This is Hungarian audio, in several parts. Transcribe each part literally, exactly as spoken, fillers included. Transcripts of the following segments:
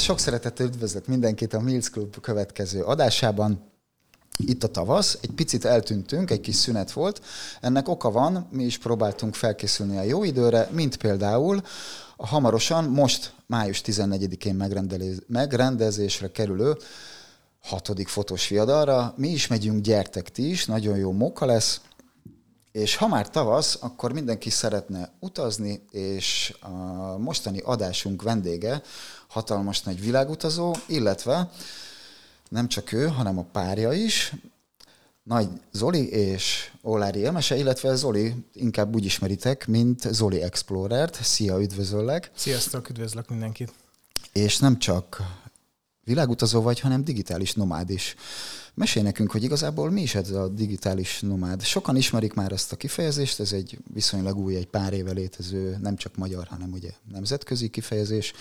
sok szeretettel üdvözlök mindenkit a Mills Club következő adásában. Itt a tavasz, egy picit eltűntünk, egy kis szünet volt. Ennek oka van, mi is próbáltunk felkészülni a jó időre, mint például a hamarosan, most május tizennegyedikén megrendezésre kerülő hatodik fotós viadalra. Mi is megyünk, gyertek ti is, nagyon jó móka lesz. És ha már tavasz, akkor mindenki szeretne utazni, és a mostani adásunk vendége hatalmas nagy világutazó, illetve nem csak ő, hanem a párja is, Nagy Zoli és Ólári Emese, illetve Zoli inkább úgy ismeritek, mint Zoli Explorert. Szia, üdvözöllek! Sziasztok, üdvözlök mindenkit! És nem csak világutazó vagy, hanem digitális nomád is. Mesélj nekünk, hogy igazából mi is ez a digitális nomád. Sokan ismerik már ezt a kifejezést, ez egy viszonylag új, egy pár éve létező, nem csak magyar, hanem ugye nemzetközi kifejezés.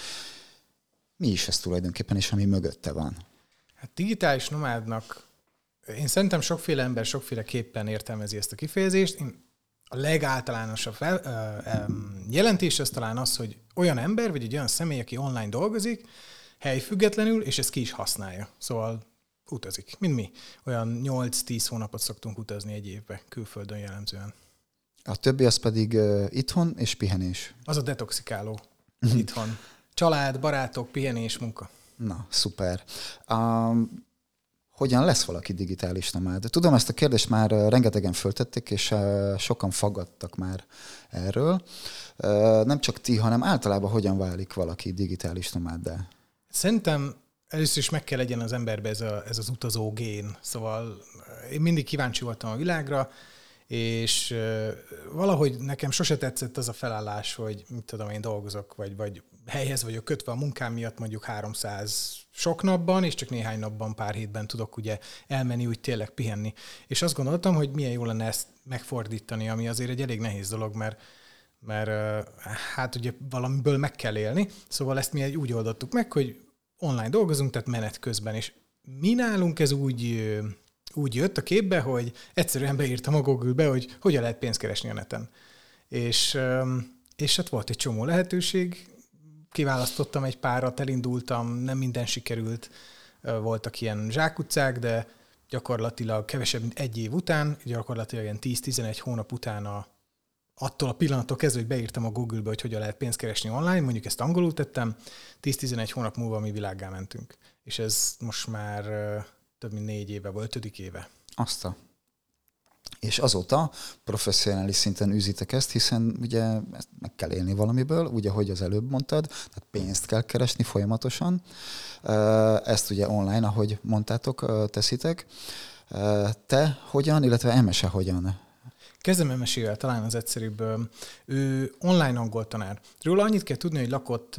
Mi is ez tulajdonképpen, és ami mögötte van? Hát digitális nomádnak, én szerintem sokféle ember sokféleképpen értelmezi ezt a kifejezést. Én a legáltalánosabb fel, ö, ö, jelentés az talán az, hogy olyan ember, vagy egy olyan személy, aki online dolgozik, helyfüggetlenül, és ezt ki is használja. Szóval utazik, mint mi. Olyan nyolc-tíz hónapot szoktunk utazni egy évbe, külföldön jellemzően. A többi az pedig uh, itthon és pihenés. Az a detoxikáló itthon. Család, barátok, pihenés, munka. Na, szuper. Um, hogyan lesz valaki digitális nomád? Tudom, ezt a kérdést már rengetegen föltették, és uh, sokan faggattak már erről. Uh, nem csak ti, hanem általában hogyan válik valaki digitális nomáddá? Szerintem először is meg kell legyen az emberbe ez, a, ez az utazó gén. Szóval én mindig kíváncsi voltam a világra, és uh, valahogy nekem sose tetszett az a felállás, hogy mit tudom, én dolgozok, vagy, vagy helyhez vagyok kötve a munkám miatt mondjuk háromszáz sok napban, és csak néhány napban, pár hétben tudok ugye elmenni, úgy tényleg pihenni. És azt gondoltam, hogy milyen jó lenne ezt megfordítani, ami azért egy elég nehéz dolog, mert, mert uh, hát ugye valamiből meg kell élni. Szóval ezt mi úgy oldottuk meg, hogy online dolgozunk, tehát menet közben, és mi nálunk ez úgy, úgy jött a képbe, hogy egyszerűen beírtam a Google-be, hogy hogyan lehet pénzt keresni a neten. És, és hát volt egy csomó lehetőség, kiválasztottam egy párat, elindultam, nem minden sikerült, voltak ilyen zsákutcák, de gyakorlatilag kevesebb, mint egy év után, gyakorlatilag ilyen tíz-tizenegy hónap után a attól a pillanattól kezdve, hogy beírtam a Google-be, hogy hogyan lehet pénzt keresni online, mondjuk ezt angolul tettem, tíz-tizenegy hónap múlva mi világgá mentünk. És ez most már uh, több mint négy éve, vagy ötödik éve. Azt a. És azóta professzionális szinten űzitek ezt, hiszen ugye ezt meg kell élni valamiből, ugye, hogy az előbb mondtad, tehát pénzt kell keresni folyamatosan. Ezt ugye online, ahogy mondtátok, teszitek. Te hogyan, illetve Emese hogyan? Kezdem Emesével, talán az egyszerűbb. Ő online angol tanár. Róla annyit kell tudni, hogy lakott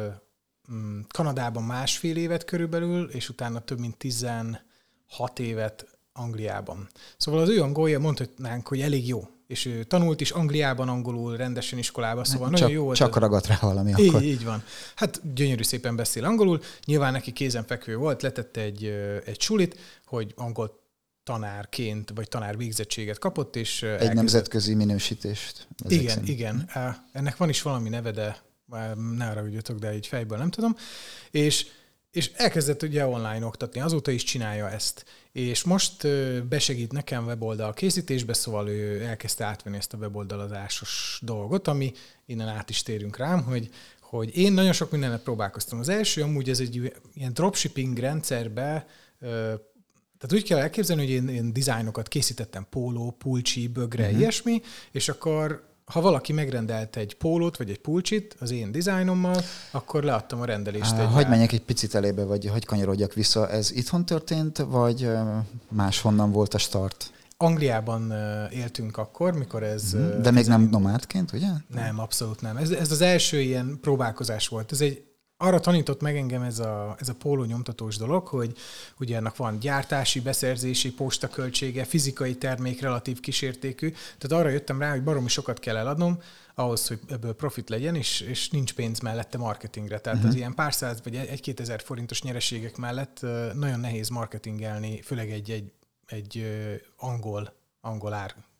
Kanadában másfél évet körülbelül, és utána több mint tizenhat évet Angliában. Szóval az ő angolja, mondhatnánk, hogy elég jó. És ő tanult is Angliában angolul, rendesen iskolában, szóval csak, nagyon jó volt. Csak ragadt rá valami így, akkor. Így van. Hát gyönyörű szépen beszél angolul. Nyilván neki kézenfekvő volt, letette egy, egy sulit, hogy angol tanárként, vagy tanár végzettséget kapott, és... Egy elkezdett... nemzetközi minősítést. Igen, szerint. igen. Ennek van is valami neve, de ne haragudjatok, de egy fejből nem tudom. És, és elkezdett ugye online oktatni, azóta is csinálja ezt. És most besegít nekem weboldal készítésbe, szóval ő elkezdte átvenni ezt a weboldalazásos dolgot, ami innen át is térünk rám, hogy, hogy én nagyon sok mindenet próbálkoztam. Az első amúgy ez egy ilyen dropshipping rendszerbe. Tehát úgy kell elképzelni, hogy én, én dizájnokat készítettem, póló, pulcsi, bögre, uh-huh. ilyesmi, és akkor ha valaki megrendelt egy pólót, vagy egy pulcsit az én dizájnommal, akkor leadtam a rendelést. Há, hogy menjek egy picit elébe, vagy hogy kanyarodjak vissza. Ez itthon történt, vagy máshonnan volt a start? Angliában éltünk akkor, mikor ez... Uh-huh. De még nem nomádként, ugye? Nem, abszolút nem. Ez, ez az első ilyen próbálkozás volt. Ez egy Arra tanított meg engem ez a, ez a póló nyomtatós dolog, hogy ugye ennek van gyártási, beszerzési, postaköltsége, fizikai termék, relatív kísértékű. Tehát arra jöttem rá, hogy baromi sokat kell eladnom ahhoz, hogy ebből profit legyen, és, és nincs pénz mellette marketingre. Tehát uh-huh. az ilyen pár száz vagy egy-két ezer forintos nyereségek mellett nagyon nehéz marketingelni, főleg egy, egy, egy angol, angol ár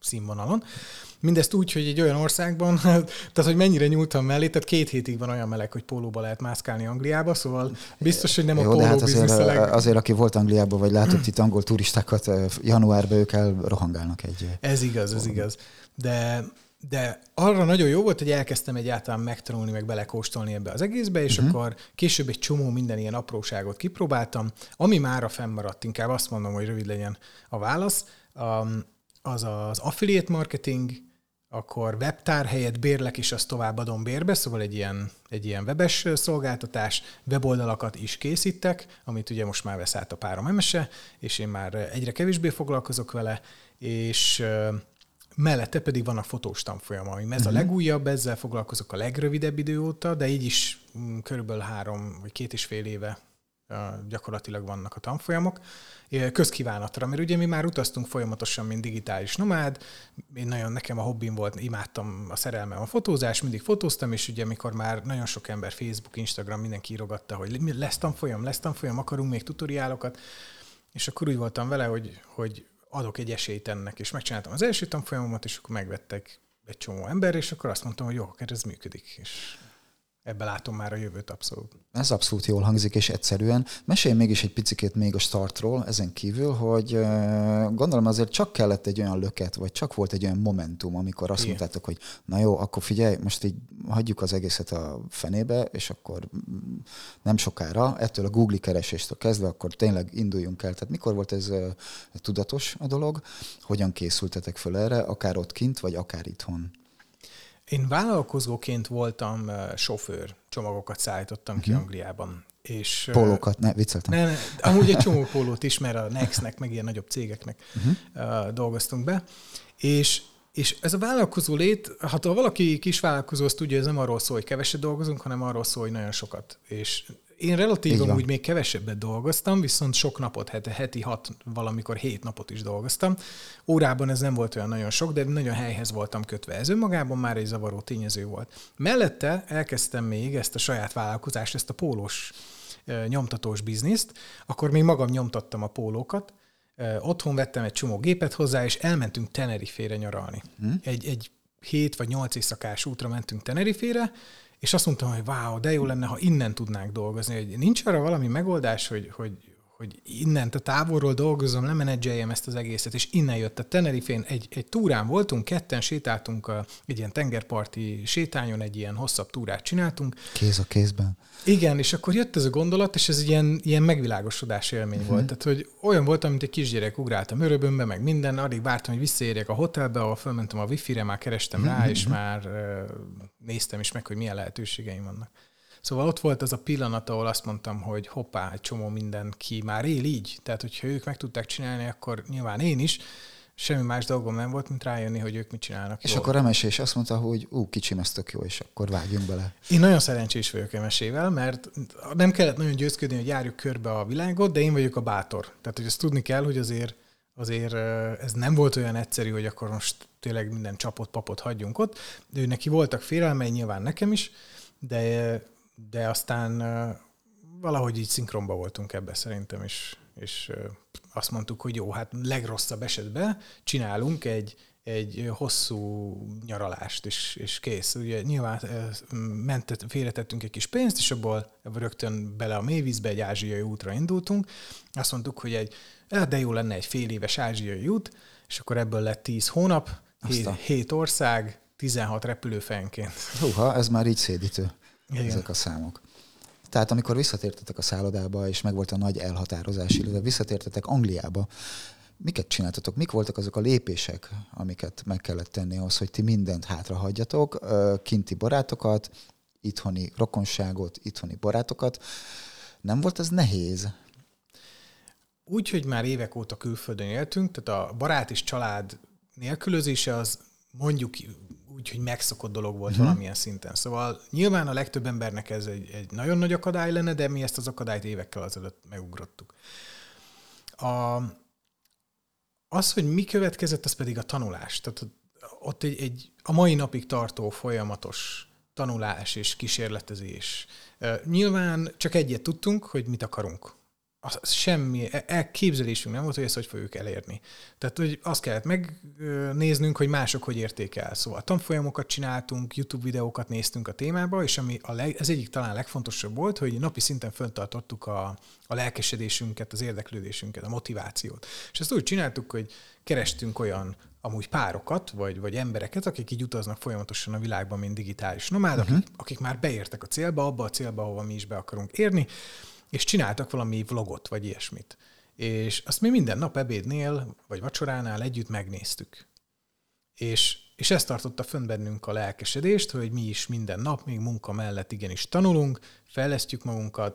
színvonalon. Mindezt úgy, hogy egy olyan országban, tehát hogy mennyire nyúltam mellé, tehát két hétig van olyan meleg, hogy pólóba lehet mászkálni Angliába, szóval biztos, hogy nem Jó, a póló hát biznisz azért, a leg... azért, aki volt Angliában, vagy látott itt angol turistákat, januárban ők elrohangálnak egy... Ez igaz, ez igaz. De, de arra nagyon jó volt, hogy elkezdtem egyáltalán megtanulni, meg belekóstolni ebbe az egészbe, és uh-huh. akkor később egy csomó minden ilyen apróságot kipróbáltam, ami mára fennmaradt, inkább azt mondom, hogy rövid legyen a válasz, az az affiliate marketing, akkor webtár helyett bérlek, és azt továbbadom bérbe, szóval egy ilyen, egy ilyen webes szolgáltatás, weboldalakat is készítek, amit ugye most már vesz át a párom emese, és én már egyre kevésbé foglalkozok vele, és mellette pedig van a fotós tanfolyamaim. Ez uh-huh. a legújabb, ezzel foglalkozok a legrövidebb idő óta, de így is körülbelül három vagy két és fél éve gyakorlatilag vannak a tanfolyamok. Közkívánatra, mert ugye mi már utaztunk folyamatosan, mint digitális nomád. Én nagyon, nekem a hobbim volt, imádtam a szerelmem a fotózás, mindig fotóztam, és ugye amikor már nagyon sok ember Facebook, Instagram, mindenki írogatta, hogy lesz tanfolyam, lesz tanfolyam, akarunk még tutoriálokat, és akkor úgy voltam vele, hogy, hogy adok egy esélyt ennek, és megcsináltam az első tanfolyamomat, és akkor megvettek egy csomó ember, és akkor azt mondtam, hogy jó, akkor ez működik, és ebben látom már a jövőt abszolút. Ez abszolút jól hangzik, és egyszerűen. Mesélj mégis egy picikét még a startról, ezen kívül, hogy gondolom azért csak kellett egy olyan löket, vagy csak volt egy olyan momentum, amikor azt Igen. mondtátok, hogy na jó, akkor figyelj, most így hagyjuk az egészet a fenébe, és akkor nem sokára, ettől a Google kereséstől kezdve, akkor tényleg induljunk el. Tehát mikor volt ez tudatos a dolog? Hogyan készültetek föl erre, akár ott kint, vagy akár itthon? Én vállalkozóként voltam uh, sofőr, csomagokat szállítottam uh-huh. ki Angliában. És, Pólókat, ne, vicceltem. Ne, ne, amúgy egy csomó pólót is, mert a Nextnek, meg ilyen nagyobb cégeknek uh-huh. uh, dolgoztunk be. És, és ez a vállalkozó lét, ha valaki kis vállalkozó, azt tudja, ez nem arról szól, hogy keveset dolgozunk, hanem arról szól, hogy nagyon sokat. És én relatívan úgy még kevesebbet dolgoztam, viszont sok napot, heti, heti hat, valamikor hét napot is dolgoztam. Órában ez nem volt olyan nagyon sok, de nagyon helyhez voltam kötve. Ez önmagában már egy zavaró tényező volt. Mellette elkezdtem még ezt a saját vállalkozást, ezt a pólós nyomtatós bizniszt, akkor még magam nyomtattam a pólókat. Otthon vettem egy csomó gépet hozzá, és elmentünk Tenerifére nyaralni. Hmm. Egy, egy hét vagy nyolc éjszakás útra mentünk Tenerifére, és azt mondtam, hogy wow, de jó lenne, ha innen tudnánk dolgozni. Hogy nincs arra valami megoldás, hogy, hogy, hogy innen, a távolról dolgozom, lemenedzseljem ezt az egészet, és innen jött a Tenerifén. Egy, egy túrán voltunk, ketten sétáltunk a, egy ilyen tengerparti sétányon, egy ilyen hosszabb túrát csináltunk. Kéz a kézben. Igen, és akkor jött ez a gondolat, és ez egy ilyen, ilyen megvilágosodás élmény uh-huh. volt. Tehát, hogy olyan voltam, mint egy kisgyerek, ugráltam öröbömbe, meg minden, addig vártam, hogy visszaérjek a hotelbe, ahol fölmentem a wifi-re, már kerestem uh-huh. rá, és már uh, néztem is meg, hogy milyen lehetőségeim vannak. Szóval ott volt az a pillanat, ahol azt mondtam, hogy hoppá, egy csomó mindenki már él így. Tehát, hogyha ők meg tudták csinálni, akkor nyilván én is. Semmi más dolgom nem volt, mint rájönni, hogy ők mit csinálnak. És jól. akkor Emese is azt mondta, hogy ú, kicsim, ez tök jó, és akkor vágjunk bele. Én nagyon szerencsés vagyok Emesével, mert nem kellett nagyon győzködni, hogy járjuk körbe a világot, de én vagyok a bátor. Tehát, hogy azt tudni kell, hogy azért, azért ez nem volt olyan egyszerű, hogy akkor most tényleg minden csapot, papot hagyjunk ott. De ő neki voltak félelmei, nyilván nekem is, de, de aztán valahogy így szinkronba voltunk ebbe szerintem is. És azt mondtuk, hogy jó, hát legrosszabb esetben csinálunk egy, egy hosszú nyaralást, és, és kész. Ugye nyilván mentet, félretettünk egy kis pénzt, és abból rögtön bele a mélyvízbe egy ázsiai útra indultunk. Azt mondtuk, hogy egy, de jó lenne egy fél éves ázsiai út, és akkor ebből lett tíz hónap, hét ország, tizenhat repülőfejenként. Húha, ez már így szédítő, Igen. ezek a számok. Tehát amikor visszatértetek a szállodába, és megvolt a nagy elhatározás, illetve visszatértetek Angliába, miket csináltatok? Mik voltak azok a lépések, amiket meg kellett tenni ahhoz, hogy ti mindent hátrahagyjatok, kinti barátokat, itthoni rokonságot, itthoni barátokat? Nem volt ez nehéz? Úgy, hogy már évek óta külföldön éltünk, tehát a barát és család nélkülözése az mondjuk úgy, hogy megszokott dolog volt uh-huh. valamilyen szinten. Szóval nyilván a legtöbb embernek ez egy, egy nagyon nagy akadály lenne, de mi ezt az akadályt évekkel azelőtt megugrottuk. A, az, hogy mi következett, az pedig a tanulás. Tehát ott egy, egy a mai napig tartó folyamatos tanulás és kísérletezés. Nyilván csak egyet tudtunk, hogy mit akarunk. az semmi elképzelésünk nem volt, hogy ezt hogy fogjuk elérni. Tehát, hogy azt kellett megnéznünk, hogy mások hogy érték el. Szóval tanfolyamokat csináltunk, YouTube videókat néztünk a témába, és ami a leg, ez egyik talán legfontosabb volt, hogy napi szinten föntartottuk a, a lelkesedésünket, az érdeklődésünket, a motivációt. És ezt úgy csináltuk, hogy kerestünk olyan amúgy párokat, vagy, vagy embereket, akik így utaznak folyamatosan a világban, mint digitális nomádok, uh-huh. akik, akik már beértek a célba, abba a célba, ahova mi is be akarunk érni, és csináltak valami vlogot, vagy ilyesmit. És azt mi minden nap ebédnél, vagy vacsoránál együtt megnéztük. És, és ez tartotta fönn bennünk a lelkesedést, hogy mi is minden nap, még munka mellett igenis tanulunk, fejlesztjük magunkat,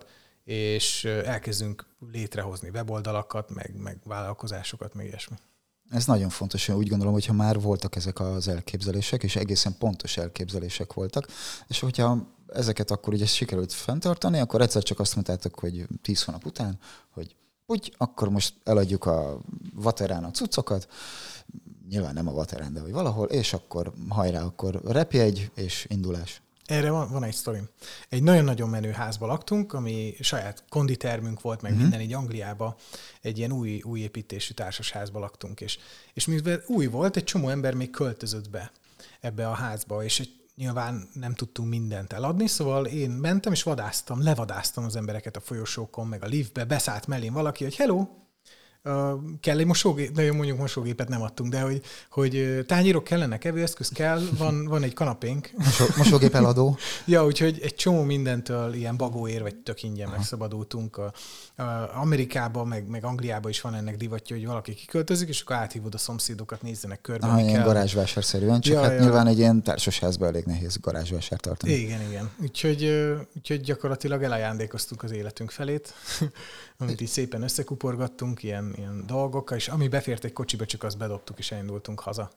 és elkezdünk létrehozni weboldalakat, meg, meg vállalkozásokat, meg ilyesmi. Ez nagyon fontos, én úgy gondolom, hogyha már voltak ezek az elképzelések, és egészen pontos elképzelések voltak, és hogyha ezeket akkor ugye sikerült fenntartani, akkor egyszer csak azt mondtátok, hogy tíz hónap után, hogy úgy, akkor most eladjuk a Vaterán a cuccokat, nyilván nem a Vaterán, de vagy valahol, és akkor hajrá, akkor repjegy és indulás. Erre van, van egy sztorim. Egy nagyon-nagyon menő házba laktunk, ami saját konditermünk volt, meg uh-huh. minden így Angliába, egy ilyen új, új építésű társasházba laktunk, és, és mivel új volt, egy csomó ember még költözött be ebbe a házba, és egy, nyilván nem tudtunk mindent eladni, szóval én mentem és vadáztam, levadáztam az embereket a folyosókon, meg a liftbe, beszállt mellém valaki, hogy hello, Uh, kell egy mosógép, de jó, mondjuk mosógépet nem adtunk, de hogy, hogy tányérok kellenek, evőeszköz kell, van, van egy kanapénk. Mosó, mosógép eladó. Ja, úgyhogy egy csomó mindentől ilyen bagóér, vagy tök ingyen megszabadultunk. A, a Amerikában, meg, meg Angliában is van ennek divatja, hogy valaki kiköltözik, és akkor áthívod a szomszédokat, nézzenek körbe. Ah, ilyen garázsvásárszerűen, csak ja, hát ja. Nyilván egy ilyen társasházban elég nehéz garázsvásár tartani. Igen, igen. Úgyhogy, úgyhogy gyakorlatilag elajándékoztunk az életünk felét, amit így szépen összekuporgattunk, ilyen, ilyen dolgokkal, és ami befért egy kocsiba, csak azt bedobtuk, és elindultunk haza.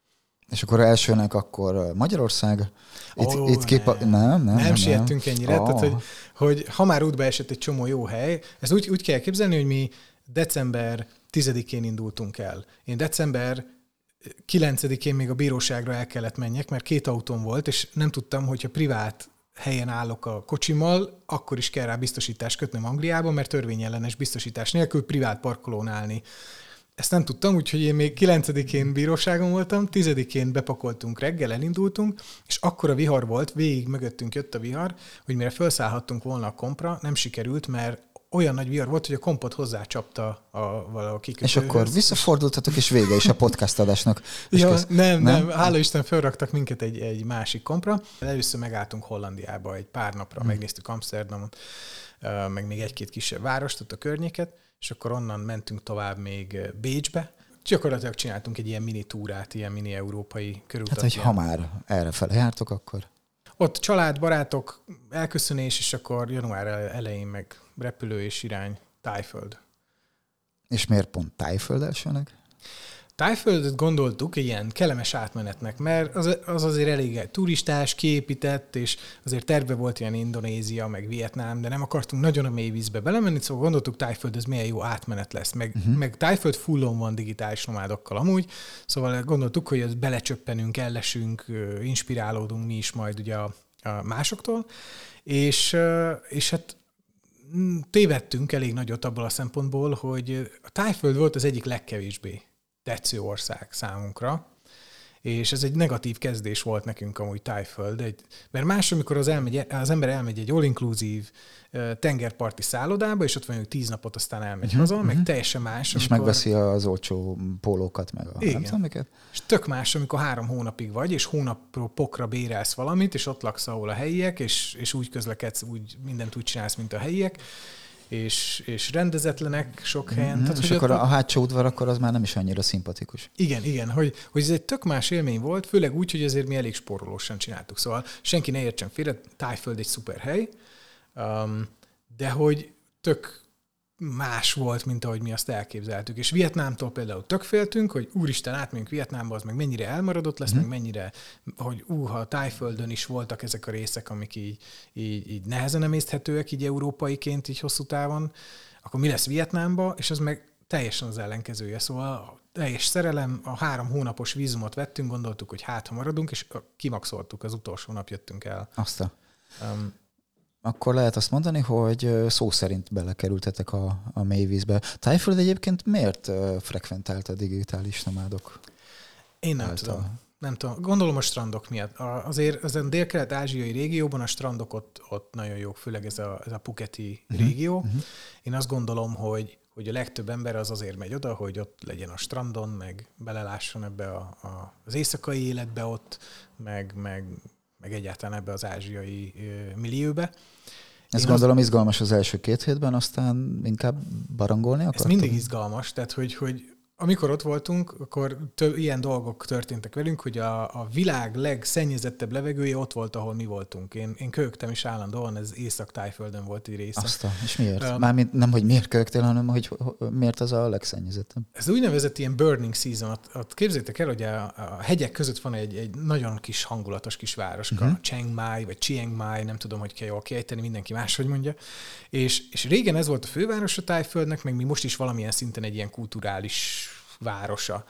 És akkor elsőnek akkor Magyarország. Itt, oh, itt kép... nem. nem, nem, nem, nem siettünk ennyire. Oh. Tehát, hogy, hogy ha már útba esett egy csomó jó hely, ezt úgy, úgy kell képzelni, hogy mi december tizedikén indultunk el. Én december kilencedikén még a bíróságra el kellett menjek, mert két autóm volt, és nem tudtam, hogyha privát helyen állok a kocsimmal, akkor is kell rá biztosítást kötnöm Angliában, mert törvényellenes biztosítás nélkül privát parkolón állni. Ezt nem tudtam, úgyhogy én még kilencedikén bíróságon voltam, tizedikén bepakoltunk reggel, elindultunk, és akkor a vihar volt, végig mögöttünk jött a vihar, hogy mire felszállhattunk volna a kompra, nem sikerült, mert olyan nagy vihar volt, hogy a kompot hozzácsapta a valahol kikötőhöz. És akkor visszafordultatok, és vége is a podcast adásnak. Ja, köz... nem, nem, nem, hála Isten felraktak minket egy, egy másik kompra. Először megálltunk Hollandiába egy pár napra, hmm. megnéztük Amsterdamot, meg még egy-két kisebb várost, ott a környéket, és akkor onnan mentünk tovább még Bécsbe. Gyakorlatilag csináltunk egy ilyen mini túrát, ilyen mini európai körútat. Hát, hogy ha már errefele jártok, akkor... Ott család, barátok, elköszönés, és akkor január elején meg repülő és irány Tájföld. És miért pont Tájföld elsőnek? Tájföldet gondoltuk ilyen kellemes átmenetnek, mert az, az azért elég turistás, kiépített, és azért terve volt ilyen Indonézia, meg Vietnám, de nem akartunk nagyon a mély vízbe belemenni, szóval gondoltuk Tájföld, ez milyen jó átmenet lesz. Meg, uh-huh. meg Tájföld fullon van digitális nomádokkal amúgy, szóval gondoltuk, hogy ezt belecsöppenünk, ellesünk, inspirálódunk mi is majd ugye a, a másoktól, és, és hát tévedtünk elég nagyot abból a szempontból, hogy a Tájföld volt az egyik legkevésbé tetsző ország számunkra, és ez egy negatív kezdés volt nekünk amúgy Tájföld, egy, mert más, amikor az, elmegy, az ember elmegy egy all-inclusive tengerparti szállodába, és ott van tíz napot, aztán elmegy uh-huh, haza, uh-huh. meg teljesen más. És amikor... megveszi az olcsó pólókat, meg a igen. nem tudom, és tök más, amikor három hónapig vagy, és hónapról pokra bérelsz valamit, és ott laksz, ahol a helyiek, és, és úgy közlekedsz, úgy mindent úgy csinálsz, mint a helyiek, és, és rendezetlenek sok helyen. Mm-hmm. Tehát, és akkor a hátsó udvar, akkor az már nem is annyira szimpatikus. Igen, igen, hogy, hogy ez egy tök más élmény volt, főleg úgy, hogy azért mi elég spórolósan csináltuk. Szóval senki ne értsen félre, Tájföld egy szuper hely, um, de hogy tök más volt, mint ahogy mi azt elképzeltük. És Vietnámtól például tök féltünk, hogy úristen, átmegyünk Vietnámba, az meg mennyire elmaradott lesz, mm. meg mennyire, hogy úha, a Tájföldön is voltak ezek a részek, amik így, így, így nehezen emészthetőek, így európaiként, így hosszú távon, akkor mi lesz Vietnámba, és az meg teljesen az ellenkezője. Szóval teljes szerelem, a három hónapos vízumot vettünk, gondoltuk, hogy hát, ha maradunk, és kimaxoltuk, az utolsó nap jöttünk el. Azt a... Um, Akkor lehet azt mondani, hogy szó szerint belekerültetek a, a mélyvízbe. Tájföld egyébként miért frekventált a digitális nomádok? Én nem által? tudom. Nem tudom. Gondolom a strandok miatt. Azért az a dél-kelet-ázsiai régióban a strandok ott, ott nagyon jók, főleg ez a, ez a Phuketi uh-huh. régió. Uh-huh. Én azt gondolom, hogy, hogy a legtöbb ember az azért megy oda, hogy ott legyen a strandon, meg belelásson ebbe a, a, az éjszakai életbe ott, meg, meg, meg egyáltalán ebbe az ázsiai uh, millióbe. Ezt Én gondolom az... izgalmas az első két hétben, aztán inkább barangolni akartam? Ez mindig izgalmas, tehát hogy, hogy amikor ott voltunk, akkor több, ilyen dolgok történtek velünk, hogy a, a világ legszennyezettebb levegője ott volt, ahol mi voltunk. Én, én köhögtem is állandóan, ez Észak-Tájföldön volt egy része. Aztán, és miért? Um, Mármint nem, hogy miért köhögtél, hanem hogy miért az a legszennyezettebb. Ez úgynevezett ilyen burning season. Ott, ott képzeljétek el, hogy a, a hegyek között van egy, egy nagyon kis hangulatos kis városka, uh-huh. Chiang Mai, vagy Chiang Mai, nem tudom, hogy kell jól kiejteni, mindenki máshogy mondja. És, és régen ez volt a főváros a Tájföldnek, meg mi most is valamilyen szinten egy ilyen kulturális városa.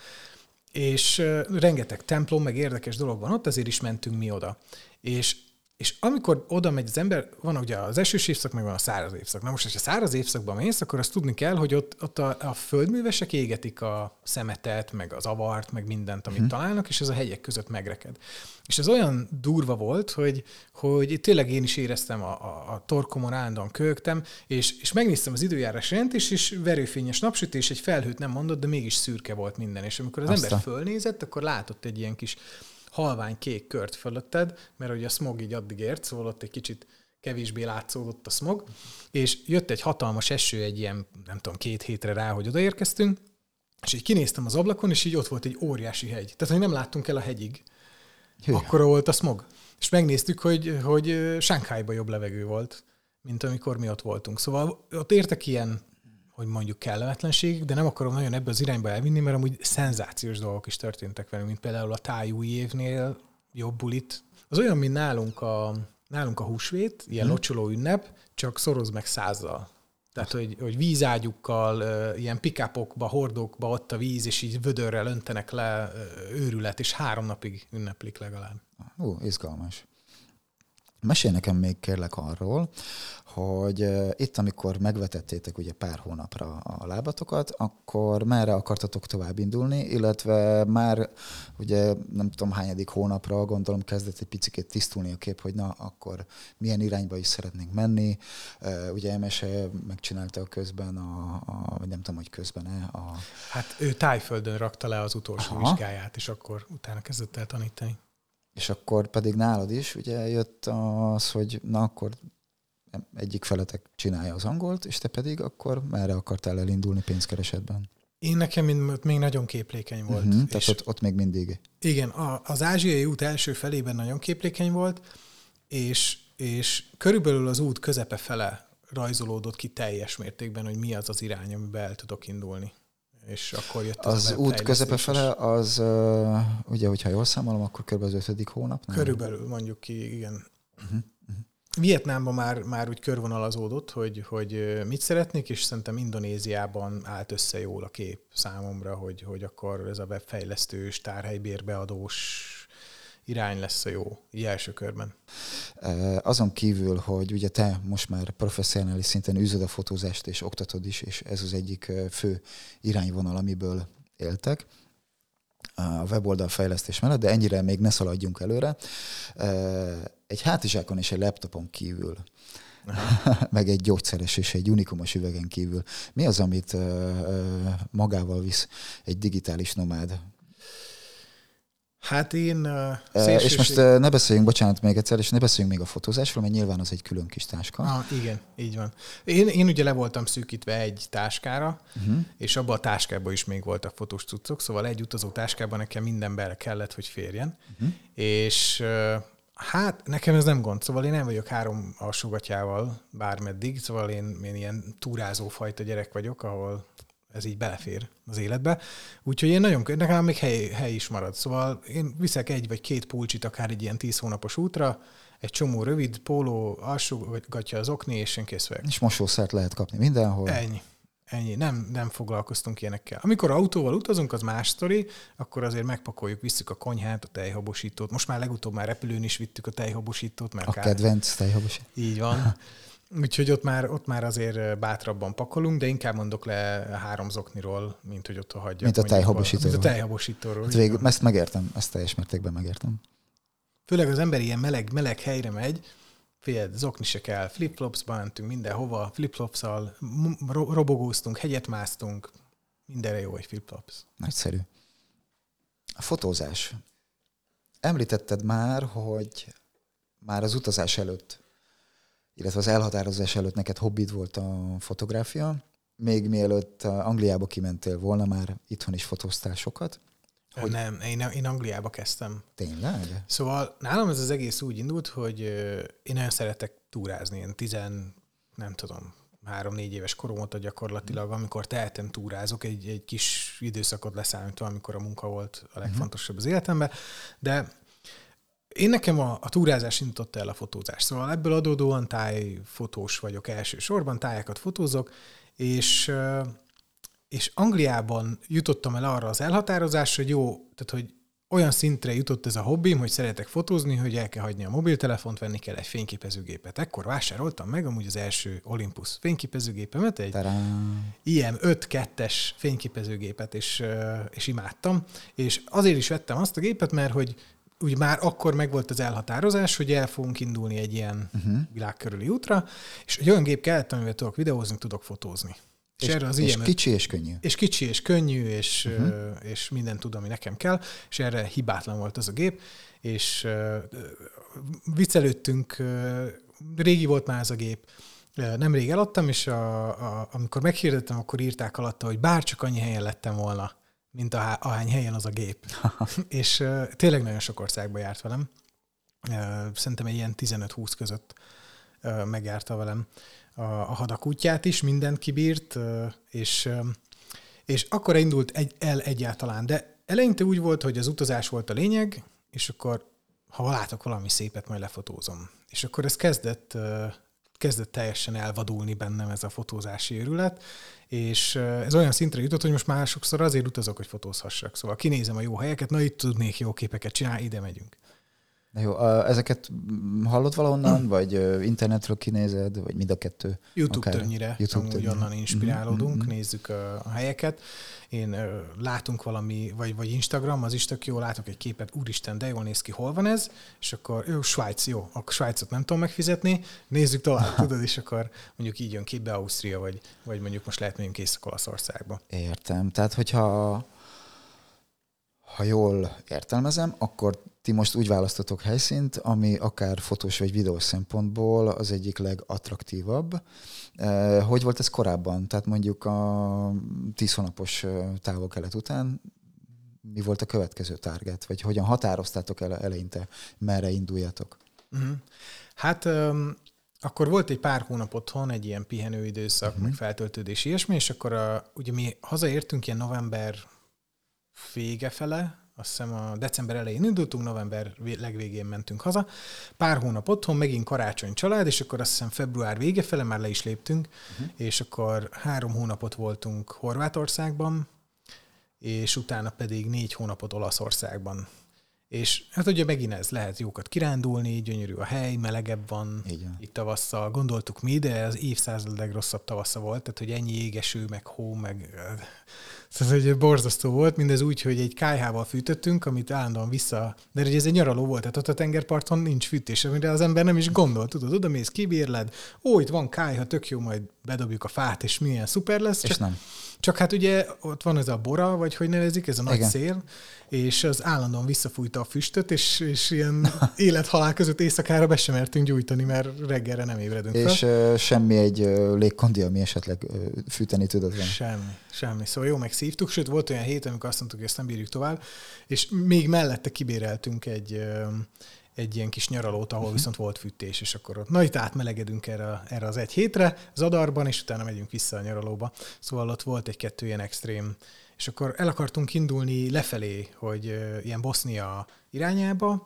És uh, rengeteg templom, meg érdekes dolog van ott, azért is mentünk mi oda. És, és amikor oda megy az ember, van ugye az esős évszak, meg van a száraz évszak. Na most, ha száraz évszakban mész, akkor azt tudni kell, hogy ott, ott a, a földművesek égetik a szemetet, meg az avart, meg mindent, amit hmm. találnak, és ez a hegyek között megreked. És ez olyan durva volt, hogy, hogy tényleg én is éreztem a, a, a torkomon, állandóan köhögtem, és, és megnéztem az időjárás jelentést, és verőfényes napsütés, egy felhőt nem mondott, de mégis szürke volt minden. És amikor az Aztán. ember fölnézett, akkor látott egy ilyen kis halvány kék kört fölötted, mert ugye a smog így addig ért, szóval ott egy kicsit kevésbé látszódott a smog, és jött egy hatalmas eső egy ilyen, nem tudom, két hétre rá, hogy odaérkeztünk, és így kinéztem az ablakon, és így ott volt egy óriási hegy. Tehát, hogy nem láttunk el a hegyig. Hülye. Akkora volt a smog. És megnéztük, hogy, hogy Sánkhájban jobb levegő volt, mint amikor mi ott voltunk. Szóval ott értek ilyen, hogy mondjuk kellemetlenségig, de nem akarom nagyon ebbe az irányba elvinni, mert amúgy szenzációs dolgok is történtek velünk, mint például a táj új évnél jobb bulit. Az olyan, mint nálunk a, nálunk a húsvét, ilyen hmm. locsoló ünnep, csak szoroz meg százzal. Tehát, hogy, hogy vízágyukkal, ilyen pick-upokba, hordókba ott a víz, és így vödörrel öntenek le őrület, és három napig ünneplik legalább. Ó, izgalmas. Mesélj nekem még kérlek arról, hogy uh, itt, amikor megvetettétek ugye pár hónapra a lábatokat, akkor merre akartatok tovább indulni, illetve már ugye nem tudom hányadik hónapra gondolom kezdett egy picit tisztulni a kép, hogy na, akkor milyen irányba is szeretnénk menni. Uh, ugye Emese megcsinálta a közben, a, a, vagy nem tudom, hogy közben-e. A... Hát ő Tájföldön rakta le az utolsó Aha. vizsgáját, és akkor utána kezdett el tanítani. És akkor pedig nálad is ugye jött az, hogy na akkor egyik feletek csinálja az angolt, és te pedig akkor merre akartál elindulni pénzkeresetben? Én nekem még nagyon képlékeny volt. Uh-huh, tehát ott, ott még mindig. Igen, az ázsiai út első felében nagyon képlékeny volt, és, és körülbelül az út közepe fele rajzolódott ki teljes mértékben, hogy mi az az irány, amiben el tudok indulni. És akkor jött az, az út közepe fele, az uh, ugye, hogyha jól számolom, akkor kb. Az ötödik hónap? Nem? Körülbelül mondjuk ki, igen. Uh-huh, uh-huh. Vietnámban már, már úgy körvonalazódott, hogy, hogy mit szeretnék, és szerintem Indonéziában állt össze jól a kép számomra, hogy, hogy akkor ez a webfejlesztős, tárhelybérbeadós irány lesz a jó, így első körben. Azon kívül, hogy ugye te most már professzionális szinten űzöd a fotózást és oktatod is, és ez az egyik fő irányvonal, amiből éltek a weboldal fejlesztés mellett, de ennyire még ne szaladjunk előre. Egy hátizsákon és egy laptopon kívül, meg egy gyógyszeres és egy unikumos üvegen kívül, mi az, amit magával visz egy digitális nomád? Hát én... Uh, szélsőség... És most uh, ne beszéljünk, bocsánat még egyszer, és ne beszéljünk még a fotózásról, mert nyilván az egy külön kis táska. Ah, igen, így van. Én, én ugye le voltam szűkítve egy táskára, uh-huh. és abban a táskában is még voltak fotós cuccok, szóval egy utazó táskában nekem minden bele kellett, hogy férjen. Uh-huh. És uh, hát nekem ez nem gond, szóval én nem vagyok három alsógatyával bármeddig, szóval én, én ilyen túrázó fajta gyerek vagyok, ahol ez így belefér az életbe. Úgyhogy én nagyon, nekem még hely, hely is marad. Szóval én viszek egy vagy két pulcsit akár egy ilyen tíz hónapos útra, egy csomó rövid póló, alsógatja az okni, és én kész vagyok. És mosószert lehet kapni mindenhol. Ennyi. Ennyi, nem, nem foglalkoztunk ilyenekkel. Amikor autóval utazunk, az más sztori, akkor azért megpakoljuk, visszük a konyhát, a tejhabosítót. Most már legutóbb már repülőn is vittük a tejhabosítót. Mert a kár... kedvenc tejhabosító. Így van. Úgyhogy ott már, ott már azért bátrabban pakolunk, de inkább mondok le három zokniról, mint hogy ott hagyjak. Mint a tejhabosítóról. Mint a tejhabosítóról. Hát végül, ezt megértem, ezt teljes mértékben megértem. Főleg az ember ilyen meleg, meleg helyre megy, figyelj, zokni se kell, flip-flopsba mentünk mindenhova, flip-flopszal robogóztunk, hegyet másztunk, mindenre jó egy flip-flops. Nagyszerű. A fotózás. Említetted már, hogy már az utazás előtt, illetve az elhatározás előtt neked hobbid volt a fotográfia, még mielőtt Angliába kimentél volna, már itthon is fotóztál sokat. Hogy... Nem, én, én Angliába kezdtem. Tényleg? Szóval nálam ez az egész úgy indult, hogy én nagyon szeretek túrázni. Én tizen, nem tudom, három-négy éves korom óta gyakorlatilag, amikor tehetem túrázok, egy, egy kis időszakot leszámítva, amikor a munka volt a legfontosabb az életemben, de én nekem a, a túrázás indította el a fotózás. Szóval ebből adódóan tájfotós vagyok elsősorban, tájakat fotózok, és... és Angliában jutottam el arra az elhatározásra, hogy jó, tehát hogy olyan szintre jutott ez a hobbim, hogy szeretek fotózni, hogy el kell hagyni a mobiltelefont, venni kell egy fényképezőgépet. Ekkor vásároltam meg amúgy az első Olympus fényképezőgépemet, egy Tadám. I M öt kettes fényképezőgépet, és, és imádtam. És azért is vettem azt a gépet, mert hogy úgy már akkor megvolt az elhatározás, hogy el fogunk indulni egy ilyen uh-huh. világkörüli útra, és egy olyan gép kellett, amivel tudok videózni, tudok fotózni. És, és, erre az és kicsi és könnyű. És kicsi és könnyű, és, uh-huh. és minden tud, ami nekem kell, és erre hibátlan volt az a gép, és uh, viccelődtünk, uh, régi volt már ez a gép, uh, nemrég eladtam, és a, a, amikor meghirdettem, akkor írták alatta, hogy bárcsak annyi helyen lettem volna, mint a, ahány helyen az a gép. És uh, tényleg nagyon sok országba járt velem. Uh, szerintem egy ilyen tizenöt-húsz között uh, megjárta velem a, a hadak útját is, mindent kibírt, és, és akkor indult egy, el egyáltalán. De eleinte úgy volt, hogy az utazás volt a lényeg, és akkor, ha látok valami szépet, majd lefotózom. És akkor ez kezdett, kezdett teljesen elvadulni bennem ez a fotózási őrület, és ez olyan szintre jutott, hogy most már sokszor azért utazok, hogy fotózhassak. Szóval kinézem a jó helyeket, na itt tudnék jó képeket csinálni, ide megyünk. Na jó, ezeket hallott valahonnan, vagy internetről kinézed, vagy mind a kettő? YouTube akár, többnyire, YouTube többnyire. Onnan inspirálódunk, mm-hmm. nézzük a, a helyeket. Én uh, látunk valami, vagy, vagy Instagram, az is tök jó, látok egy képet, úristen, de jól néz ki, hol van ez? És akkor, jó, Svájc, jó, a Svájcot nem tudom megfizetni, nézzük tovább, tudod, és akkor mondjuk így jön képbe Ausztria, vagy, vagy mondjuk most lehet megyünk Észak-Olaszországba. Értem, tehát hogyha ha jól értelmezem, akkor ti most úgy választotok helyszínt, ami akár fotós vagy videós szempontból az egyik legattraktívabb. Hogy volt ez korábban? Tehát mondjuk a tíz hónapos távol-kelet után mi volt a következő target? Vagy hogyan határoztátok el eleinte, merre induljatok? Uh-huh. Hát um, akkor volt egy pár hónap otthon, egy ilyen pihenőidőszak, uh-huh. meg feltöltődés, ilyesmi, és akkor a, ugye mi hazaértünk ilyen november vége fele, azt hiszem a december elején indultunk, november legvégén mentünk haza. Pár hónap otthon, megint karácsony család, és akkor azt hiszem február vége fele már le is léptünk, uh-huh. és akkor három hónapot voltunk Horvátországban, és utána pedig négy hónapot Olaszországban. És hát ugye megint ez, lehet jókat kirándulni, gyönyörű a hely, melegebb van, igen. Itt tavasszal. Gondoltuk mi, de az évszázad legrosszabb tavasza volt, tehát hogy ennyi égeső, meg hó, meg... Ez egy borzasztó volt, mindez úgy, hogy egy kályhával fűtöttünk, amit állandóan vissza... De ugye ez egy nyaraló volt, tehát ott a tengerparton nincs fűtés, amire az ember nem is gondol, tudod, oda mész, kibérled, ó, itt van kályha, tök jó, majd bedobjuk a fát, és milyen szuper lesz. És csak, nem. Csak hát ugye ott van ez a bora, vagy hogy nevezik, ez a nagy igen. szél, és az állandóan visszafújta a füstöt, és, és ilyen élet-halál között éjszakára be sem mertünk gyújtani, mert reggelre nem ébredünk és fel. És semmi egy légkondi, ami esetleg fűteni tudod venni. Semmi, semmi. Szóval jó, megszívtuk, sőt volt olyan hét, amikor azt mondtuk, hogy ezt nem bírjuk tovább, és még mellette kibéreltünk egy, egy ilyen kis nyaralót, ahol uh-huh. viszont volt fűtés, és akkor ott, na itt átmelegedünk erre, erre az egy hétre, Zadarban, és utána megyünk vissza a nyaralóba. Szóval ott volt egy-kettő ilyen extrém. És akkor el akartunk indulni lefelé, hogy uh, ilyen Bosznia irányába,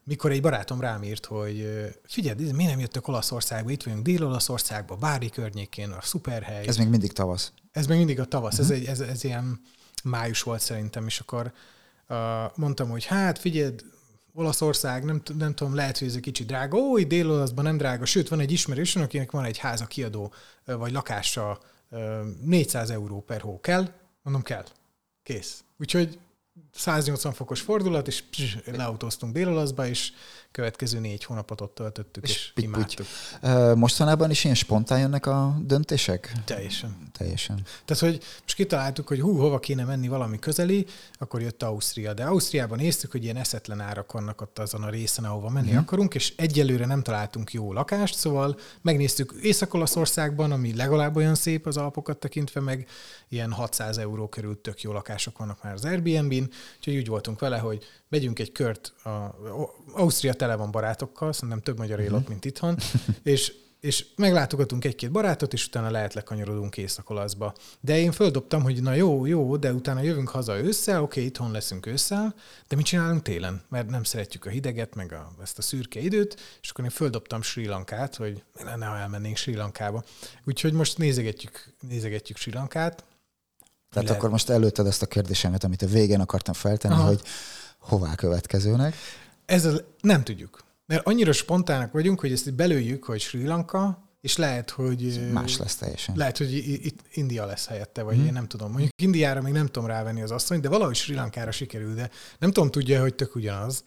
mikor egy barátom rám írt, hogy figyeld, miért nem jöttök Olaszországba, itt vagyunk Dél-Olaszországba, Bari környékén, a szuperhely. Ez még mindig tavasz. Ez még mindig a tavasz, uh-huh. ez, egy, ez, ez ilyen május volt szerintem, és akkor uh, mondtam, hogy hát figyeld, Olaszország, nem, nem tudom, lehet, hogy ez egy kicsit drága. Ó, itt Dél-Olaszban nem drága, sőt, van egy ismerősön, akinek van egy háza kiadó, vagy lakása, négyszáz euró per hó. Kell? Mondom, kell. Kész. Úgyhogy száznyolcvan fokos fordulat, és pss, leautóztunk Dél-Olaszba, és következő négy hónapot ott töltöttük, és, és imádtuk. Mostanában is ilyen spontán jönnek a döntések? Teljesen. Teljesen. Tehát, hogy most kitaláltuk, hogy hú, hova kéne menni valami közeli, akkor jött Ausztria. De Ausztriában néztük, hogy ilyen eszetlen árak vannak ott azon a részen, ahova menni uh-huh. akarunk, és egyelőre nem találtunk jó lakást, szóval megnéztük Észak-Olaszországban, ami legalább olyan szép az Alpokat tekintve, meg ilyen hatszáz euró körül tök jó lakások vannak már az Airbnb-n, úgyhogy úgy voltunk vele, hogy megyünk egy kört, a, Ausztria tele van barátokkal, szerintem több magyar él ott, mint itthon, és, és meglátogatunk egy-két barátot, és utána lehet lekanyarodunk Észak-Olaszba. De én földobtam, hogy na jó, jó, de utána jövünk haza ősszel, oké, itthon leszünk ősszel, de mit csinálunk télen? Mert nem szeretjük a hideget, meg a, ezt a szürke időt, és akkor én földobtam Sri Lankát, hogy mi lenne, ha elmennénk Sri Lankába. Úgyhogy most nézegetjük, nézegetjük Sri Lankát. Tehát lehet... akkor most előtted ezt a kérdésemet, amit a végén akartam feltenni, aha. hogy hová következőnek? Ez a, nem tudjuk. Mert annyira spontának vagyunk, hogy ezt belőjük, hogy Sri Lanka, és lehet, hogy... Más lesz teljesen. Lehet, hogy itt India lesz helyette, vagy hmm. én nem tudom. Mondjuk Indiára még nem tudom rávenni az asszonyt, de valahogy Sri Lankára sikerül, de nem tudom, tudja, hogy tök ugyanaz.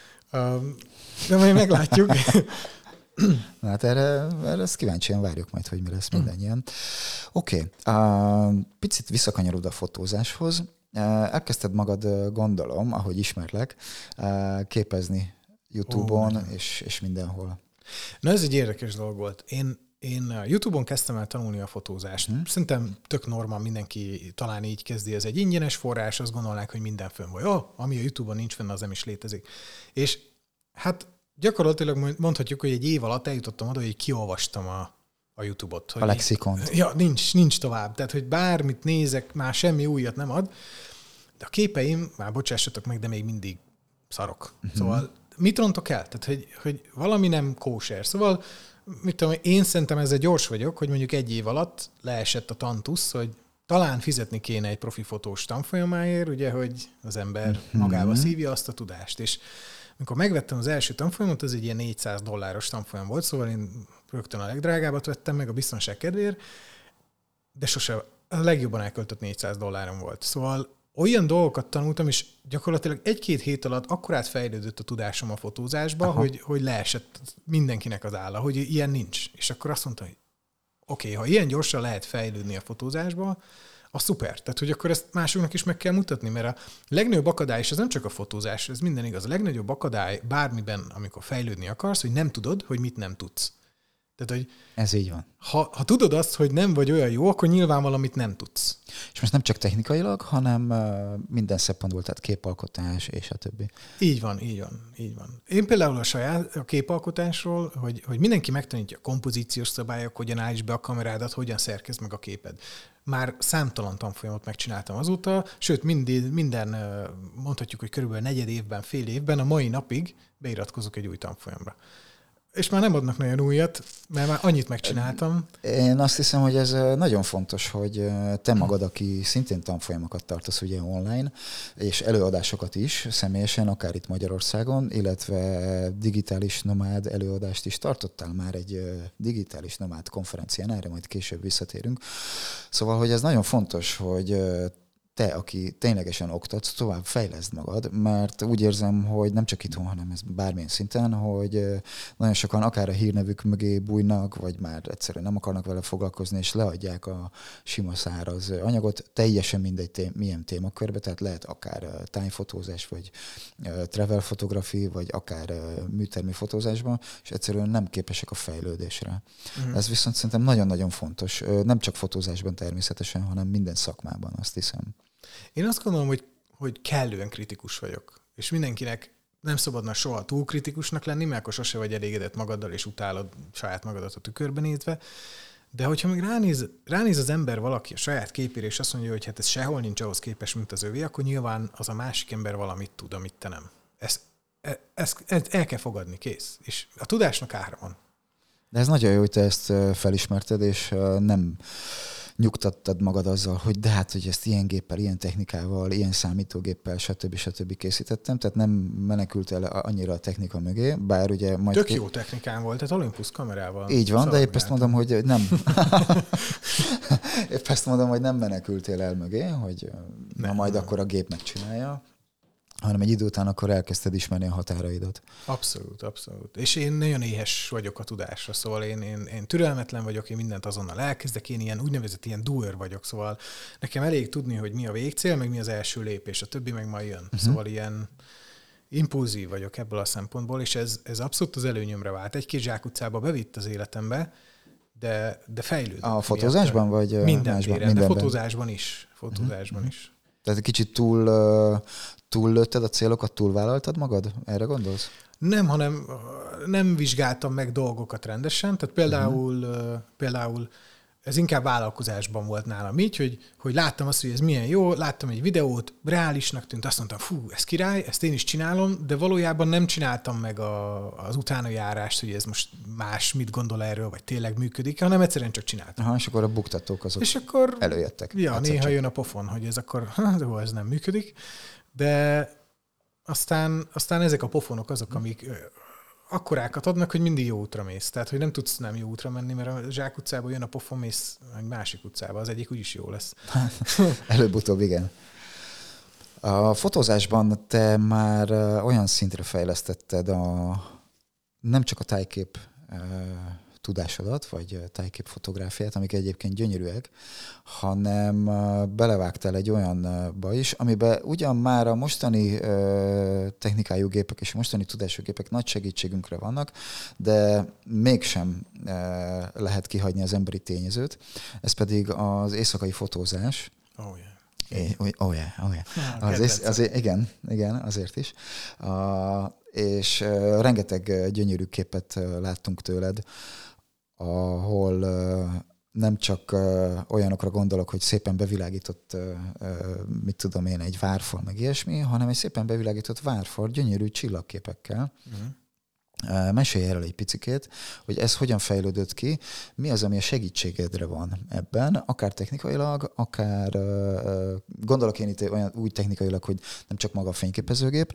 De majd meglátjuk. Na hát erre, erre ezt kíváncsian várjuk majd, hogy mi lesz mindannyian. Oké, okay. Picit visszakanyarod a fotózáshoz. Elkezdted magad, gondolom, ahogy ismerlek, képezni YouTube-on oh, és, és mindenhol. Na ez egy érdekes dolog volt. Én, én YouTube-on kezdtem el tanulni a fotózást. Hmm. Szerintem tök normál, mindenki talán így kezdi. Ez egy ingyenes forrás, azt gondolnák, hogy minden fönn vagy. Oh, ami a YouTube-on nincs fenn, az nem is létezik. És hát gyakorlatilag mondhatjuk, hogy egy év alatt eljutottam oda, hogy kiolvastam a, a YouTube-ot. A lexikont. Ja, nincs, nincs tovább. Tehát, hogy bármit nézek, már semmi újat nem ad. De a képeim, már bocsássatok meg, de még mindig szarok. Uh-huh. Szóval mit rontok el? Tehát, hogy, hogy valami nem kóser. Szóval, mit tudom, én szerintem ezzel gyors vagyok, hogy mondjuk egy év alatt leesett a tantusz, hogy talán fizetni kéne egy profi fotós tanfolyamáért, ugye, hogy az ember uh-huh. magába szívja azt a tudást. És amikor megvettem az első tanfolyamot, az egy ilyen négyszáz dolláros tanfolyam volt, szóval én rögtön a legdrágábbat vettem meg a biztonság kedvéért, de sose a legjobban elköltött négyszáz dollárom volt. Szóval olyan dolgokat tanultam, és gyakorlatilag egy-két hét alatt akkorát fejlődött a tudásom a fotózásba, hogy, hogy leesett mindenkinek az álla, hogy ilyen nincs. És akkor azt mondta, hogy oké, okay, ha ilyen gyorsan lehet fejlődni a fotózásba, az szuper. Tehát, hogy akkor ezt másoknak is meg kell mutatni, mert a legnagyobb akadály, és ez nem csak a fotózás, ez minden igaz, a legnagyobb akadály bármiben, amikor fejlődni akarsz, hogy nem tudod, hogy mit nem tudsz. Tehát, hogy ez így van. Ha, ha tudod azt, hogy nem vagy olyan jó, akkor nyilván valamit nem tudsz. És most nem csak technikailag, hanem uh, minden szempontból, tehát képalkotás és a többi. Így van, így van, így van. Én például a saját a képalkotásról, hogy, hogy mindenki megtanítja a kompozíciós szabályok, hogyan állíts be a kamerádat, hogyan szerkezd meg a képed. Már számtalan tanfolyamot megcsináltam azóta, sőt minden, minden mondhatjuk, hogy körülbelül negyed évben, fél évben, a mai napig beiratkozok egy új tanfolyamra. És már nem adnak nagyon újat, mert már annyit megcsináltam. Én azt hiszem, hogy ez nagyon fontos, hogy te magad, aki szintén tanfolyamokat tartasz ugye online, és előadásokat is személyesen, akár itt Magyarországon, illetve digitális nomád előadást is tartottál már egy digitális nomád konferencián, erre majd később visszatérünk. Szóval, hogy ez nagyon fontos, hogy te, aki ténylegesen oktatsz, tovább fejleszd magad, mert úgy érzem, hogy nem csak itthon, hanem ez bármilyen szinten, hogy nagyon sokan akár a hírnevük mögé bújnak, vagy már egyszerűen nem akarnak vele foglalkozni, és leadják a sima száraz anyagot, teljesen mindegy té- milyen témakörbe, tehát lehet akár tájfotózás, vagy travel photography, vagy akár műtermi fotózásban, és egyszerűen nem képesek a fejlődésre. Mm. Ez viszont szerintem nagyon-nagyon fontos, nem csak fotózásban természetesen, hanem minden szakmában, azt hiszem. Én azt gondolom, hogy, hogy kellően kritikus vagyok. És mindenkinek nem szabadna soha túl kritikusnak lenni, mert akkor sose vagy elégedett magaddal, és utálod saját magadat a tükörben nézve. De hogyha meg ránéz, ránéz az ember valaki a saját képére, és azt mondja, hogy hát ez sehol nincs ahhoz képest, mint az övé, akkor nyilván az a másik ember valamit tud, amit te nem. Ez ezt, ezt el kell fogadni, kész. És a tudásnak ára van. De ez nagyon jó, hogy te ezt felismerted, és nem nyugtattad magad azzal, hogy de hát, hogy ezt ilyen géppel, ilyen technikával, ilyen számítógéppel, stb. stb. Készítettem, tehát nem menekült el annyira a technika mögé, bár ugye majd... Tök jó technikán volt, tehát Olympus kamerával. Így van, de épp ezt mondom, hogy nem... épp ezt mondom, hogy nem menekültél el mögé, hogy nem, na majd nem. Akkor a gép megcsinálja, hanem egy idő után akkor elkezdted ismerni a határaidat. Abszolút, abszolút. És én nagyon éhes vagyok a tudásra, szóval én, én, én türelmetlen vagyok, én mindent azonnal elkezdek, én ilyen úgynevezett ilyen doer vagyok, szóval nekem elég tudni, hogy mi a végcél, meg mi az első lépés, a többi meg majd jön. Uh-huh. Szóval ilyen impulzív vagyok ebből a szempontból, és ez, ez abszolút az előnyömre vált. Egy-két zsákutcába bevitt az életembe, de, de fejlődött. A fotózásban, miatt, vagy minden másban? Téren, de fotózásban is. Fotózásban uh-huh. is. Tehát kicsit túl, túl lőtted a célokat, túlvállaltad magad? Erre gondolsz? Nem, hanem nem vizsgáltam meg dolgokat rendesen. Tehát például, uh-huh. például ez inkább vállalkozásban volt nálam így, hogy, hogy láttam azt, hogy ez milyen jó, láttam egy videót, reálisnak tűnt, azt mondtam, fú, ez király, ezt én is csinálom, de valójában nem csináltam meg a, az utánajárást, hogy ez most más mit gondol erről, vagy tényleg működik, hanem egyszerűen csak csináltam. Aha, és akkor a buktatók azok és akkor, előjöttek. Ja, néha csak jön a pofon, hogy ez akkor, de hol ez nem működik, de aztán, aztán ezek a pofonok azok, amik akkorákat adnak, hogy mindig jó útra mész. Tehát, hogy nem tudsz nem jó útra menni, mert a zsákutcába jön a pofon, mész egy másik utcába, az egyik úgyis jó lesz. Előbb-utóbb, igen. A fotózásban te már olyan szintre fejlesztetted a, nem csak a tájkép tudásodat, vagy tájkép fotográfiát, amik egyébként gyönyörűek, hanem belevágtál egy olyanba is, amiben ugyan már a mostani technikájú gépek és a mostani tudású gépek nagy segítségünkre vannak, de mégsem lehet kihagyni az emberi tényezőt. Ez pedig az éjszakai fotózás. Oh, yeah. É, oh, yeah, oh, yeah. Az, az, az, igen, igen, azért is. A, és uh, rengeteg gyönyörű képet uh, láttunk tőled, ahol uh, nem csak uh, olyanokra gondolok, hogy szépen bevilágított, uh, uh, mit tudom én, egy várfal, meg ilyesmi, hanem egy szépen bevilágított várfal, gyönyörű csillagképekkel. Uh-huh. Uh, mesélj erről egy picikét, hogy ez hogyan fejlődött ki, mi az, ami a segítségedre van ebben, akár technikailag, akár uh, gondolok én itt olyan úgy technikailag, hogy nem csak maga a fényképezőgép,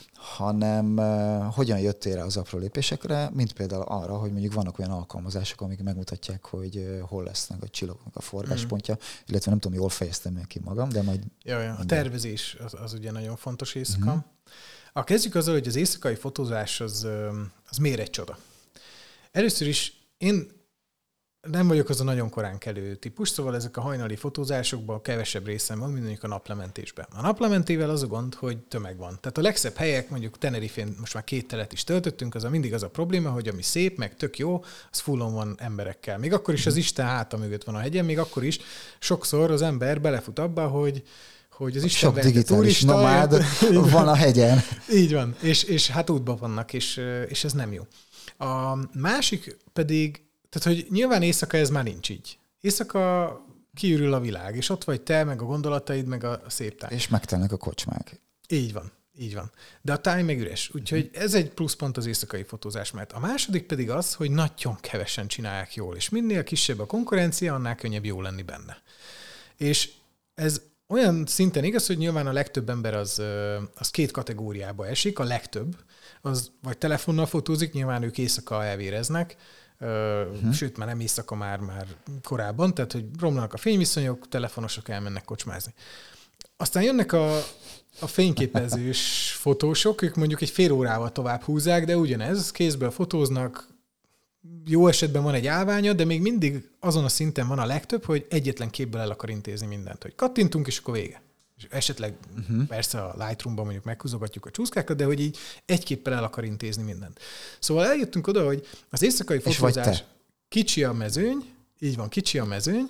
hanem uh, hogyan jöttél rá az apró lépésekre, mint például arra, hogy mondjuk vannak olyan alkalmazások, amik megmutatják, hogy uh, hol lesznek a csillagoknak a forgáspontja, mm. illetve nem tudom, jól fejeztem meg ki magam, de majd... Jaj, a tervezés az, az ugye nagyon fontos éjszaka. Mm-hmm. A kezdjük azzal, hogy az éjszakai fotózás az, az miért egy csoda. Először is én nem vagyok az a nagyon korán kelő típus, szóval ezek a hajnali fotózásokban kevesebb részem van, mint mondjuk a naplementésben. A naplementével az a gond, hogy tömeg van. Tehát a legszebb helyek, mondjuk Tenerifén most már két telet is töltöttünk, az a mindig az a probléma, hogy ami szép, meg tök jó, az fullon van emberekkel. Még akkor is az Isten háta mögött van a hegyen, még akkor is sokszor az ember belefut abba, hogy hogy az Isten sok digitális nomád van a hegyen. Így van, és, és hát útban vannak, és, és ez nem jó. A másik pedig, tehát hogy nyilván éjszaka ez már nincs így. Éjszaka kiürül a világ, és ott vagy te, meg a gondolataid, meg a szép táj. És megtelnek a kocsmák. Így van, így van. De a táj meg üres. Úgyhogy ez egy pluszpont az éjszakai fotózás mellett. A második pedig az, hogy nagyon kevesen csinálják jól, és minél kisebb a konkurencia, annál könnyebb jó lenni benne. És ez olyan szinten igaz, hogy nyilván a legtöbb ember az, az két kategóriába esik, a legtöbb, az vagy telefonnal fotózik, nyilván ők éjszaka elvéreznek, uh-huh. sőt, már nem éjszaka, már, már korábban, tehát hogy romlanak a fényviszonyok, telefonosok elmennek kocsmázni. Aztán jönnek a, a fényképezős fotósok, ők mondjuk egy fél órával tovább húzzák, de ugyanez, kézből fotóznak, jó esetben van egy állványa, de még mindig azon a szinten van a legtöbb, hogy egyetlen képből el akar intézni mindent, hogy kattintunk, és akkor vége. És esetleg uh-huh. persze a Lightroom-ban mondjuk meghúzogatjuk a csúszkákat, de hogy így egy képpel el akar intézni mindent. Szóval eljöttünk oda, hogy az éjszakai fotózás kicsi a mezőny, így van, kicsi a mezőny,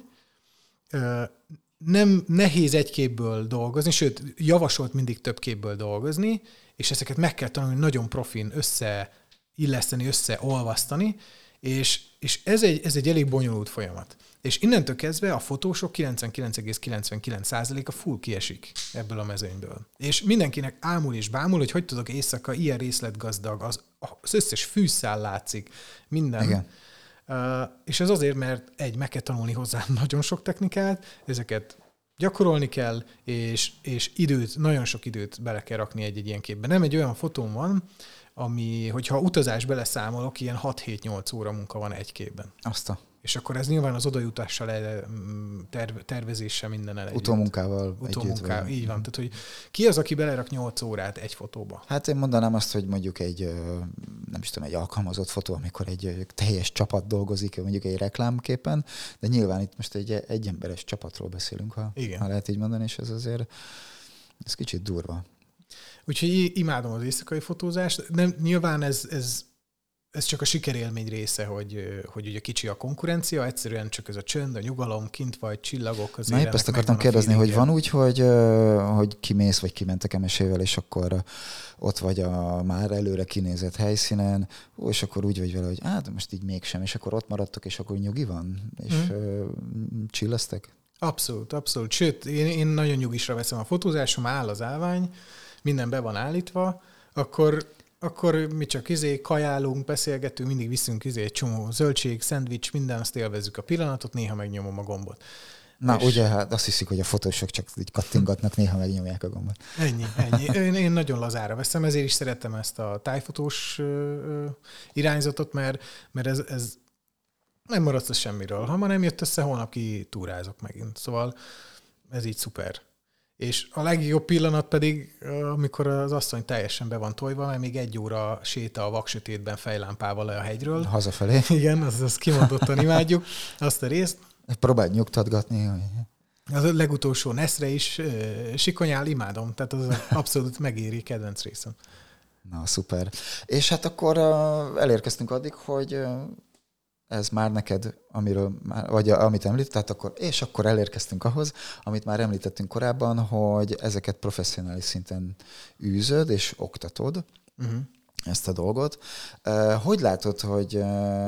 nem nehéz egy képből dolgozni, sőt, javasolt mindig több képből dolgozni, és ezeket meg kell tanulni nagyon profin összeilleszteni, összeolvasztani, és, és ez, egy, ez egy elég bonyolult folyamat. És innentől kezdve a fotósok kilencvenkilenc egész kilencvenkilenc százaléka full kiesik ebből a mezőnyből. És mindenkinek ámul és bámul, hogy hogy tudok éjszaka ilyen részletgazdag, az, az összes fűszál látszik, minden. Igen. Uh, és ez azért, mert egy, meg kell tanulni hozzá nagyon sok technikát, ezeket gyakorolni kell, és, és időt, nagyon sok időt bele kell rakni egy-egy ilyen képbe. Nem egy olyan fotóm van, ami, hogyha utazás beleszámolok, ilyen hat-hét-nyolc óra munka van egy képben. Azt a... És akkor ez nyilván az odajutással, terv, tervezéssel minden el együtt. Utómunkával Utómunkával, így van. Tehát, hogy ki az, aki belerak nyolc órát egy fotóba? Hát én mondanám azt, hogy mondjuk egy, nem is tudom, egy alkalmazott fotó, amikor egy teljes csapat dolgozik, mondjuk egy reklámképen, de nyilván itt most egy egyemberes csapatról beszélünk, ha, ha lehet így mondani, és ez azért ez kicsit durva. Úgyhogy imádom az éjszakai fotózást. Nem, nyilván ez, ez Ez csak a sikerélmény része, hogy, hogy ugye kicsi a konkurencia, egyszerűen csak ez a csönd, a nyugalom, kint vagy, csillagok. Na épp ezt akartam kérdezni, hogy van úgy, hogy, hogy kimész, vagy kimentek emesével, és akkor ott vagy a már előre kinézett helyszínen, ó, és akkor úgy vagy vele, hogy hát most így mégsem, és akkor ott maradtok, és akkor nyugi van, és hmm. csilleztek? Abszolút, abszolút. Sőt, én, én nagyon nyugisra veszem a fotózásom, áll az állvány, minden be van állítva, akkor... Akkor mi csak izé, kajálunk, beszélgetünk, mindig viszünk izé, egy csomó zöldség, szendvics, minden, azt élvezzük a pillanatot, néha megnyomom a gombot. Na, és ugye, hát azt hiszik, hogy a fotósok csak így kattingatnak, néha megnyomják a gombot. Ennyi, ennyi. Én, én nagyon lazára veszem, ezért is szeretem ezt a tájfotós irányzatot, mert, mert ez, ez nem maradsz a semmiről. Ha ma nem jött össze, holnap ki túrázok megint. Szóval ez így szuper. És a legjobb pillanat pedig, amikor az asszony teljesen be van tojva, mert még egy óra séta a vaksötétben fejlámpával le a hegyről. Hazafelé. Igen, azt, azt kimondottan imádjuk, azt a részt. Próbálj nyugtatgatni. Az a legutolsó neszre is uh, sikonyál, imádom, tehát az abszolút megéri, kedvenc részem. Na, szuper. És hát akkor uh, elérkeztünk addig, hogy uh, ez már neked, amiről már, vagy amit említett, akkor, és akkor elérkeztünk ahhoz, amit már említettünk korábban, hogy ezeket professzionális szinten űzöd és oktatod, uh-huh. ezt a dolgot. Hogy látod, hogy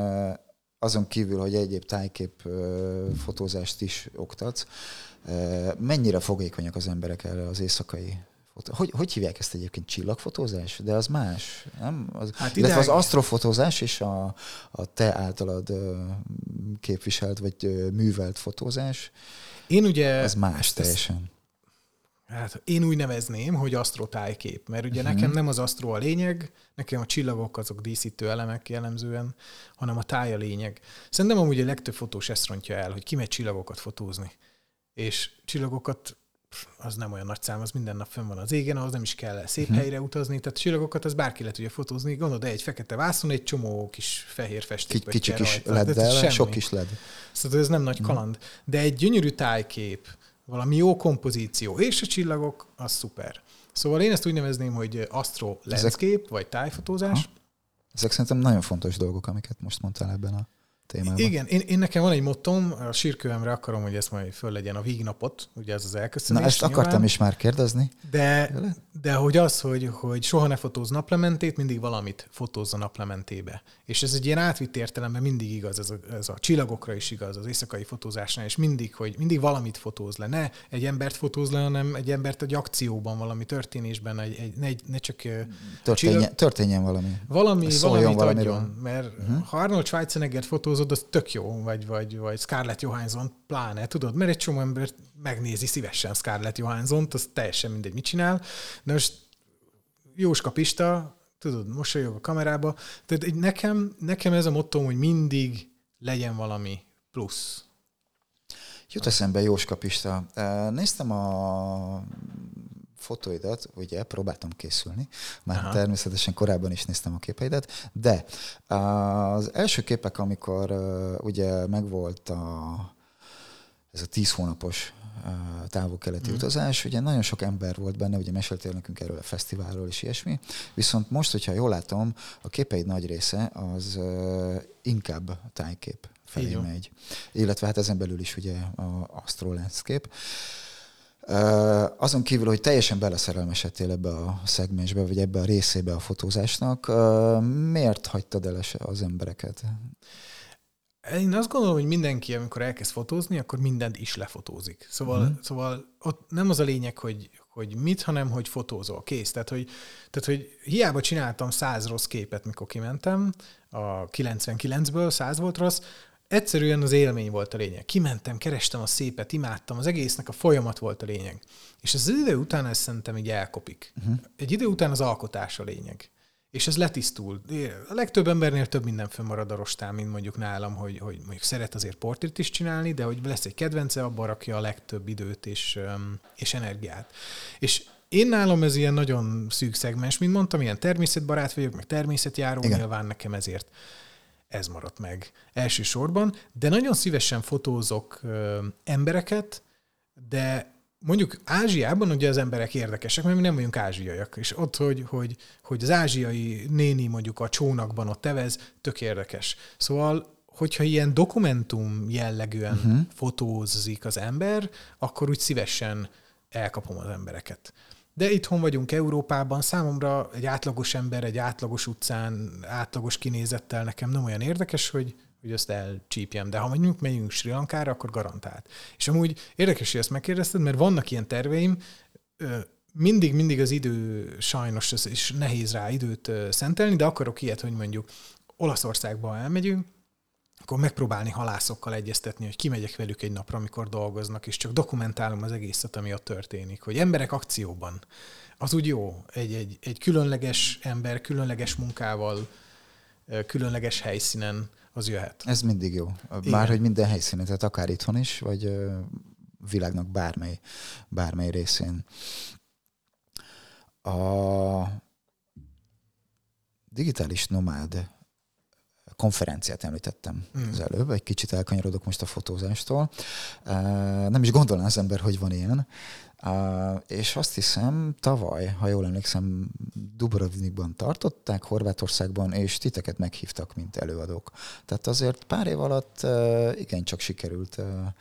azon kívül, hogy egyéb tájkép fotózást is oktatsz, mennyire fogékonyak az emberek erre az éjszakai Hogy, hogy hívják ezt egyébként? Csillagfotózás? De az más, nem? Az, hát illetve az asztrofotózás és a, a te általad képviselt vagy művelt fotózás, én ugye, az más teljesen. Hát én úgy nevezném, hogy asztrotájkép, mert ugye uh-huh. nekem nem az asztro a lényeg, nekem a csillagok azok díszítő elemek jellemzően, hanem a táj a lényeg. Szerintem amúgy a legtöbb fotós ezt rontja el, hogy kimegy csillagokat fotózni. És csillagokat az nem olyan nagy szám, az minden nap fönn van az égen, ahhoz nem is kell szép uh-huh. helyre utazni, tehát csillagokat az bárki le tudja fotózni. Gondolod, egy fekete vászon, egy csomó kis fehér festék. Kicsi kis leddel, sok kis led. Szóval ez nem nagy kaland. Uh-huh. De egy gyönyörű tájkép, valami jó kompozíció, és a csillagok, az szuper. Szóval én ezt úgy nevezném, hogy astro landscape, Ezek... vagy tájfotózás. Ha? Ezek szerintem nagyon fontos dolgok, amiket most mondtál ebben a témában. Igen, én, én nekem van egy mottom, a sírkövemre akarom, hogy ez majd föl legyen a vígnapot, ugye ez az elköszönés. Na ezt nyilván. Akartam is már kérdezni. De, de hogy az, hogy, hogy soha ne fotóz naplementét, mindig valamit fotózza naplementébe. És ez egy ilyen átvitt értelemben mindig igaz, ez a, ez a csillagokra is igaz, az éjszakai fotózásnál, és mindig, hogy mindig valamit fotóz le. Ne egy embert fotóz le, hanem egy embert egy akcióban, valami történésben, egy, egy, ne, ne csak... Történjen, csillag... történjen valami. Valami, valamit adjon, mert uh-huh. ha Arnold Schwarzeneggert fotózod, az tök jó, vagy, vagy, vagy Scarlett Johansson pláne, tudod, mert egy csomó ember megnézi szívesen Scarlett Johanssont, az teljesen mindegy, mit csinál, de most Jóska Pista, tudod, mosolyog a kamerába, tehát nekem, nekem ez a mottom, hogy mindig legyen valami plusz. Jut eszembe Jóska Pista. Néztem a fotóidat, ugye próbáltam készülni, már Aha. természetesen korábban is néztem a képeidet, de az első képek, amikor ugye megvolt a, ez a tíz hónapos távol-keleti mm. utazás, ugye nagyon sok ember volt benne, ugye meséltél nekünk erről a fesztiválról és ilyesmi, viszont most, hogyha jól látom, a képeid nagy része az inkább tájkép felé megy. Illetve hát ezen belül is ugye a Astro Landscape. Uh, azon kívül, hogy teljesen beleszerelmesedtél ebbe a szegmensbe, vagy ebbe a részébe a fotózásnak, uh, miért hagytad el az embereket? Én azt gondolom, hogy mindenki, amikor elkezd fotózni, akkor mindent is lefotózik. Szóval, mm. szóval ott nem az a lényeg, hogy, hogy mit, hanem hogy fotózol. Kész. Tehát hogy, tehát, hogy hiába csináltam száz rossz képet, mikor kimentem, a kilencvenkilencből száz volt rossz, egyszerűen az élmény volt a lényeg. Kimentem, kerestem a szépet, imádtam, az egésznek a folyamat volt a lényeg. És az idő után ezt szerintem így elkopik. Uh-huh. Egy idő után az alkotás a lényeg. És ez letisztul. A legtöbb embernél több minden fönnmarad a rostán, mint mondjuk nálam, hogy, hogy mondjuk szeret azért portrét is csinálni, de hogy lesz egy kedvence, abba rakja a legtöbb időt és, és energiát. És én nálam ez ilyen nagyon szűk szegmens, mint mondtam, ilyen természetbarát vagyok, meg természetjáró, igen. Nyilván nekem ezért ez maradt meg elsősorban, de nagyon szívesen fotózok ö, embereket, de mondjuk Ázsiában ugye az emberek érdekesek, mert mi nem vagyunk ázsiaiak, és ott, hogy, hogy, hogy az ázsiai néni mondjuk a csónakban ott tevez, tök érdekes. Szóval, hogyha ilyen dokumentum jellegűen uh-huh. fotózik az ember, akkor úgy szívesen elkapom az embereket. De itthon vagyunk Európában, számomra egy átlagos ember, egy átlagos utcán, átlagos kinézettel nekem nem olyan érdekes, hogy, hogy azt elcsípjem. De ha mondjuk megyünk Sri Lankára, akkor garantált. És amúgy érdekes, hogy ezt megkérdezted, mert vannak ilyen terveim, mindig-mindig az idő sajnos, és nehéz rá időt szentelni, de akarok ilyet, hogy mondjuk Olaszországba elmegyünk, akkor megpróbálni halászokkal egyeztetni, hogy kimegyek velük egy napra, amikor dolgoznak, és csak dokumentálom az egészet, ami ott történik. Hogy emberek akcióban. Az úgy jó. Egy, egy, egy különleges ember, különleges munkával, különleges helyszínen az jöhet. Ez mindig jó. Már hogy minden helyszínen, tehát akár itthon is, vagy világnak bármely, bármely részén. A digitális nomád konferenciát említettem mm. az előbb, egy kicsit elkanyarodok most a fotózástól. Nem is gondolná az ember, hogy van ilyen. És azt hiszem, tavaly, ha jól emlékszem, Dubrovnikban tartották, Horvátországban, és titeket meghívtak, mint előadók. Tehát azért pár év alatt igencsak sikerült,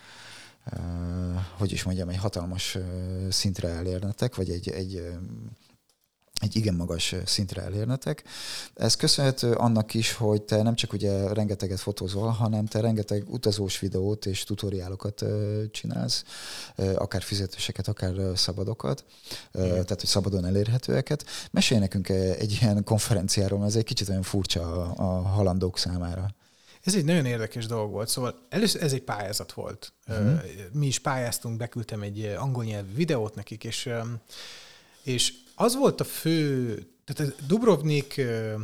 hogy is mondjam, egy hatalmas szintre elérnetek, vagy egy, egy egy igen magas szintre elérnetek. Ez köszönhető annak is, hogy te nem csak ugye rengeteget fotózol, hanem te rengeteg utazós videót és tutoriálokat csinálsz, akár fizetőseket, akár szabadokat, igen. Tehát hogy szabadon elérhetőeket. Mesélj nekünk egy ilyen konferenciáról, mert ez egy kicsit olyan furcsa a halandók számára. Ez egy nagyon érdekes dolog volt. Szóval először ez egy pályázat volt. Uh-huh. Mi is pályáztunk, beküldtem egy angol nyelvű videót nekik, és, és az volt a fő, tehát Dubrovnik,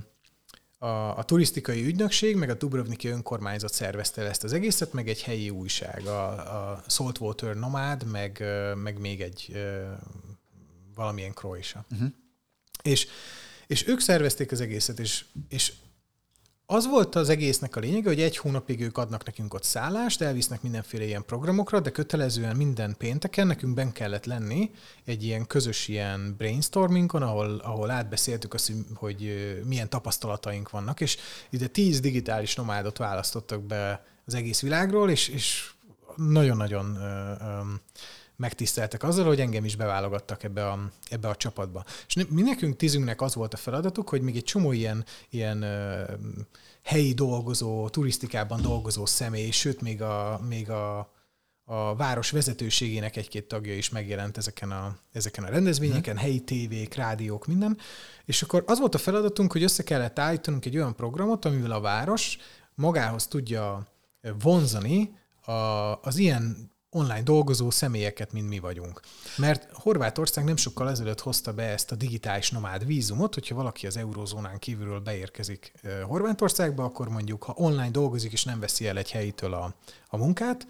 a, a turisztikai ügynökség, meg a Dubrovniki önkormányzat szervezte ezt az egészet, meg egy helyi újság, a, a Saltwater Nomad, meg, meg még egy valamilyen Croatia. Uh-huh. És, és ők szervezték az egészet, és, és az volt az egésznek a lényege, hogy egy hónapig ők adnak nekünk ott szállást, elvisznek mindenféle ilyen programokra, de kötelezően minden pénteken nekünk benn kellett lenni egy ilyen közös ilyen brainstormingon, ahol, ahol átbeszéltük azt, hogy milyen tapasztalataink vannak, és ide tíz digitális nomádot választottak be az egész világról, és, és nagyon-nagyon ö, ö, megtiszteltek azzal, hogy engem is beválogattak ebbe a, ebbe a csapatba. És mi nekünk tízünknek az volt a feladatuk, hogy még egy csomó ilyen, ilyen uh, helyi dolgozó, turisztikában dolgozó személy, sőt még a, még a, a város vezetőségének egy-két tagja is megjelent ezeken a, ezeken a rendezvényeken, hmm. helyi tévék, rádiók, minden. És akkor az volt a feladatunk, hogy össze kellett állítanunk egy olyan programot, amivel a város magához tudja vonzani a, az ilyen online dolgozó személyeket, mint mi vagyunk. Mert Horvátország nem sokkal ezelőtt hozta be ezt a digitális nomád vízumot, hogyha valaki az eurózónán kívülről beérkezik Horvátországba, akkor mondjuk, ha online dolgozik és nem veszi el egy helyitől a, a munkát,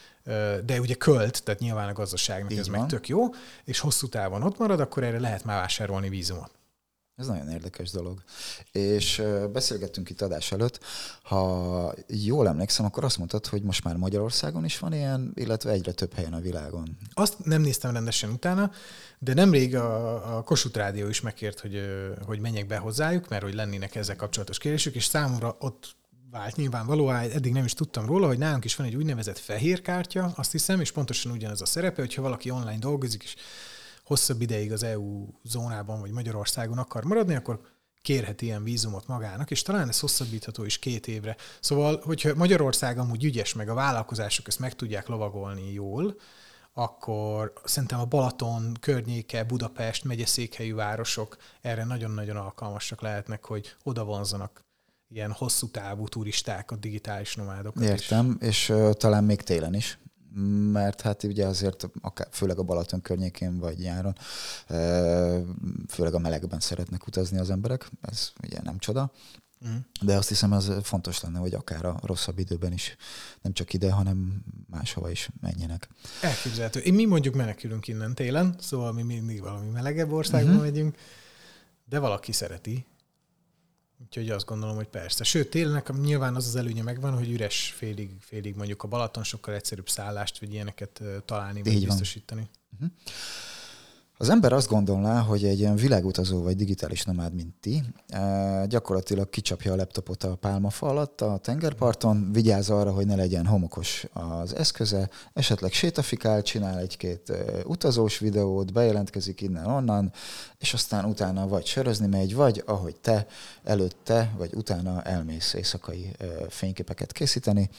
de ugye költ, tehát nyilván a gazdaságnak így ez van. Meg tök jó, és hosszú távon ott marad, akkor erre lehet már vásárolni vízumot. Ez nagyon érdekes dolog. És beszélgettünk itt adás előtt, ha jól emlékszem, akkor azt mondtad, hogy most már Magyarországon is van ilyen, illetve egyre több helyen a világon. Azt nem néztem rendesen utána, de nemrég a, a Kossuth Rádió is megkért, hogy, hogy menjek be hozzájuk, mert hogy lennének ezzel kapcsolatos kérdésük, és számomra ott vált nyilvánvalóan, eddig nem is tudtam róla, hogy nálunk is van egy úgynevezett fehér kártya, azt hiszem, és pontosan ugyanaz a szerepe, hogyha valaki online dolgozik, és hosszabb ideig az é u zónában vagy Magyarországon akar maradni, akkor kérhet ilyen vízumot magának, és talán ez hosszabbítható is két évre. Szóval, hogyha Magyarország amúgy ügyes, meg a vállalkozások ezt meg tudják lovagolni jól, akkor szerintem a Balaton környéke, Budapest, megyeszékhelyű városok erre nagyon-nagyon alkalmasak lehetnek, hogy oda vonzanak ilyen hosszú távú turistákat, digitális nomádokat. Értem, is. és uh, talán még télen is, mert hát ugye azért akár, főleg a Balaton környékén vagy nyáron, uh, főleg a melegben szeretnek utazni az emberek, ez ugye nem csoda. Mm. De azt hiszem, az fontos lenne, hogy akár a rosszabb időben is nem csak ide, hanem máshova is menjenek. Elképzelhető. Én mi mondjuk menekülünk innen télen, szóval mi mindig valami melegebb országban uh-huh. megyünk, de valaki szereti. Úgyhogy azt gondolom, hogy persze. Sőt, télen nekem nyilván az az előnye megvan, hogy üres félig, félig mondjuk a Balaton, sokkal egyszerűbb szállást, vagy ilyeneket találni, vagy biztosítani. Uh-huh. Az ember azt gondolná, hogy egy ilyen világutazó vagy digitális nomád, mint ti, gyakorlatilag kicsapja a laptopot a pálmafa alatt a tengerparton, vigyáz arra, hogy ne legyen homokos az eszköze, esetleg sétafikál, csinál egy-két utazós videót, bejelentkezik innen-onnan, és aztán utána vagy sörözni megy, vagy ahogy te előtte, vagy utána elmész éjszakai fényképeket készíteni.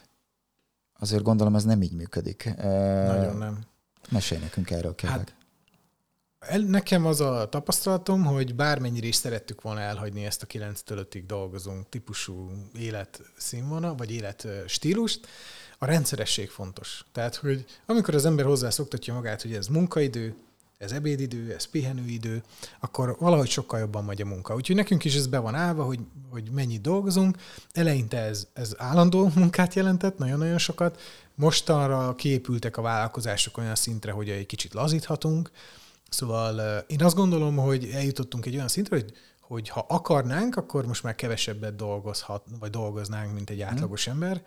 Azért gondolom, ez nem így működik. Nagyon nem. Mesélj nekünk erről, kérlek. Hát, nekem az a tapasztalatom, hogy bármennyire is szerettük volna elhagyni ezt a kilenctől ötig dolgozunk típusú életszínvonal, vagy életstílust, a rendszeresség fontos. Tehát, hogy amikor az ember hozzászoktatja magát, hogy ez munkaidő, ez ebédidő, ez pihenőidő, akkor valahogy sokkal jobban megy a munka. Úgyhogy nekünk is ez be van állva, hogy, hogy mennyit dolgozunk. Eleinte ez, ez állandó munkát jelentett, nagyon-nagyon sokat. Mostanra kiépültek a vállalkozások olyan szintre, hogy egy kicsit lazíthatunk. Szóval én azt gondolom, hogy eljutottunk egy olyan szintre, hogy, hogy ha akarnánk, akkor most már kevesebbet dolgozhat, vagy dolgoznánk, mint egy átlagos ember.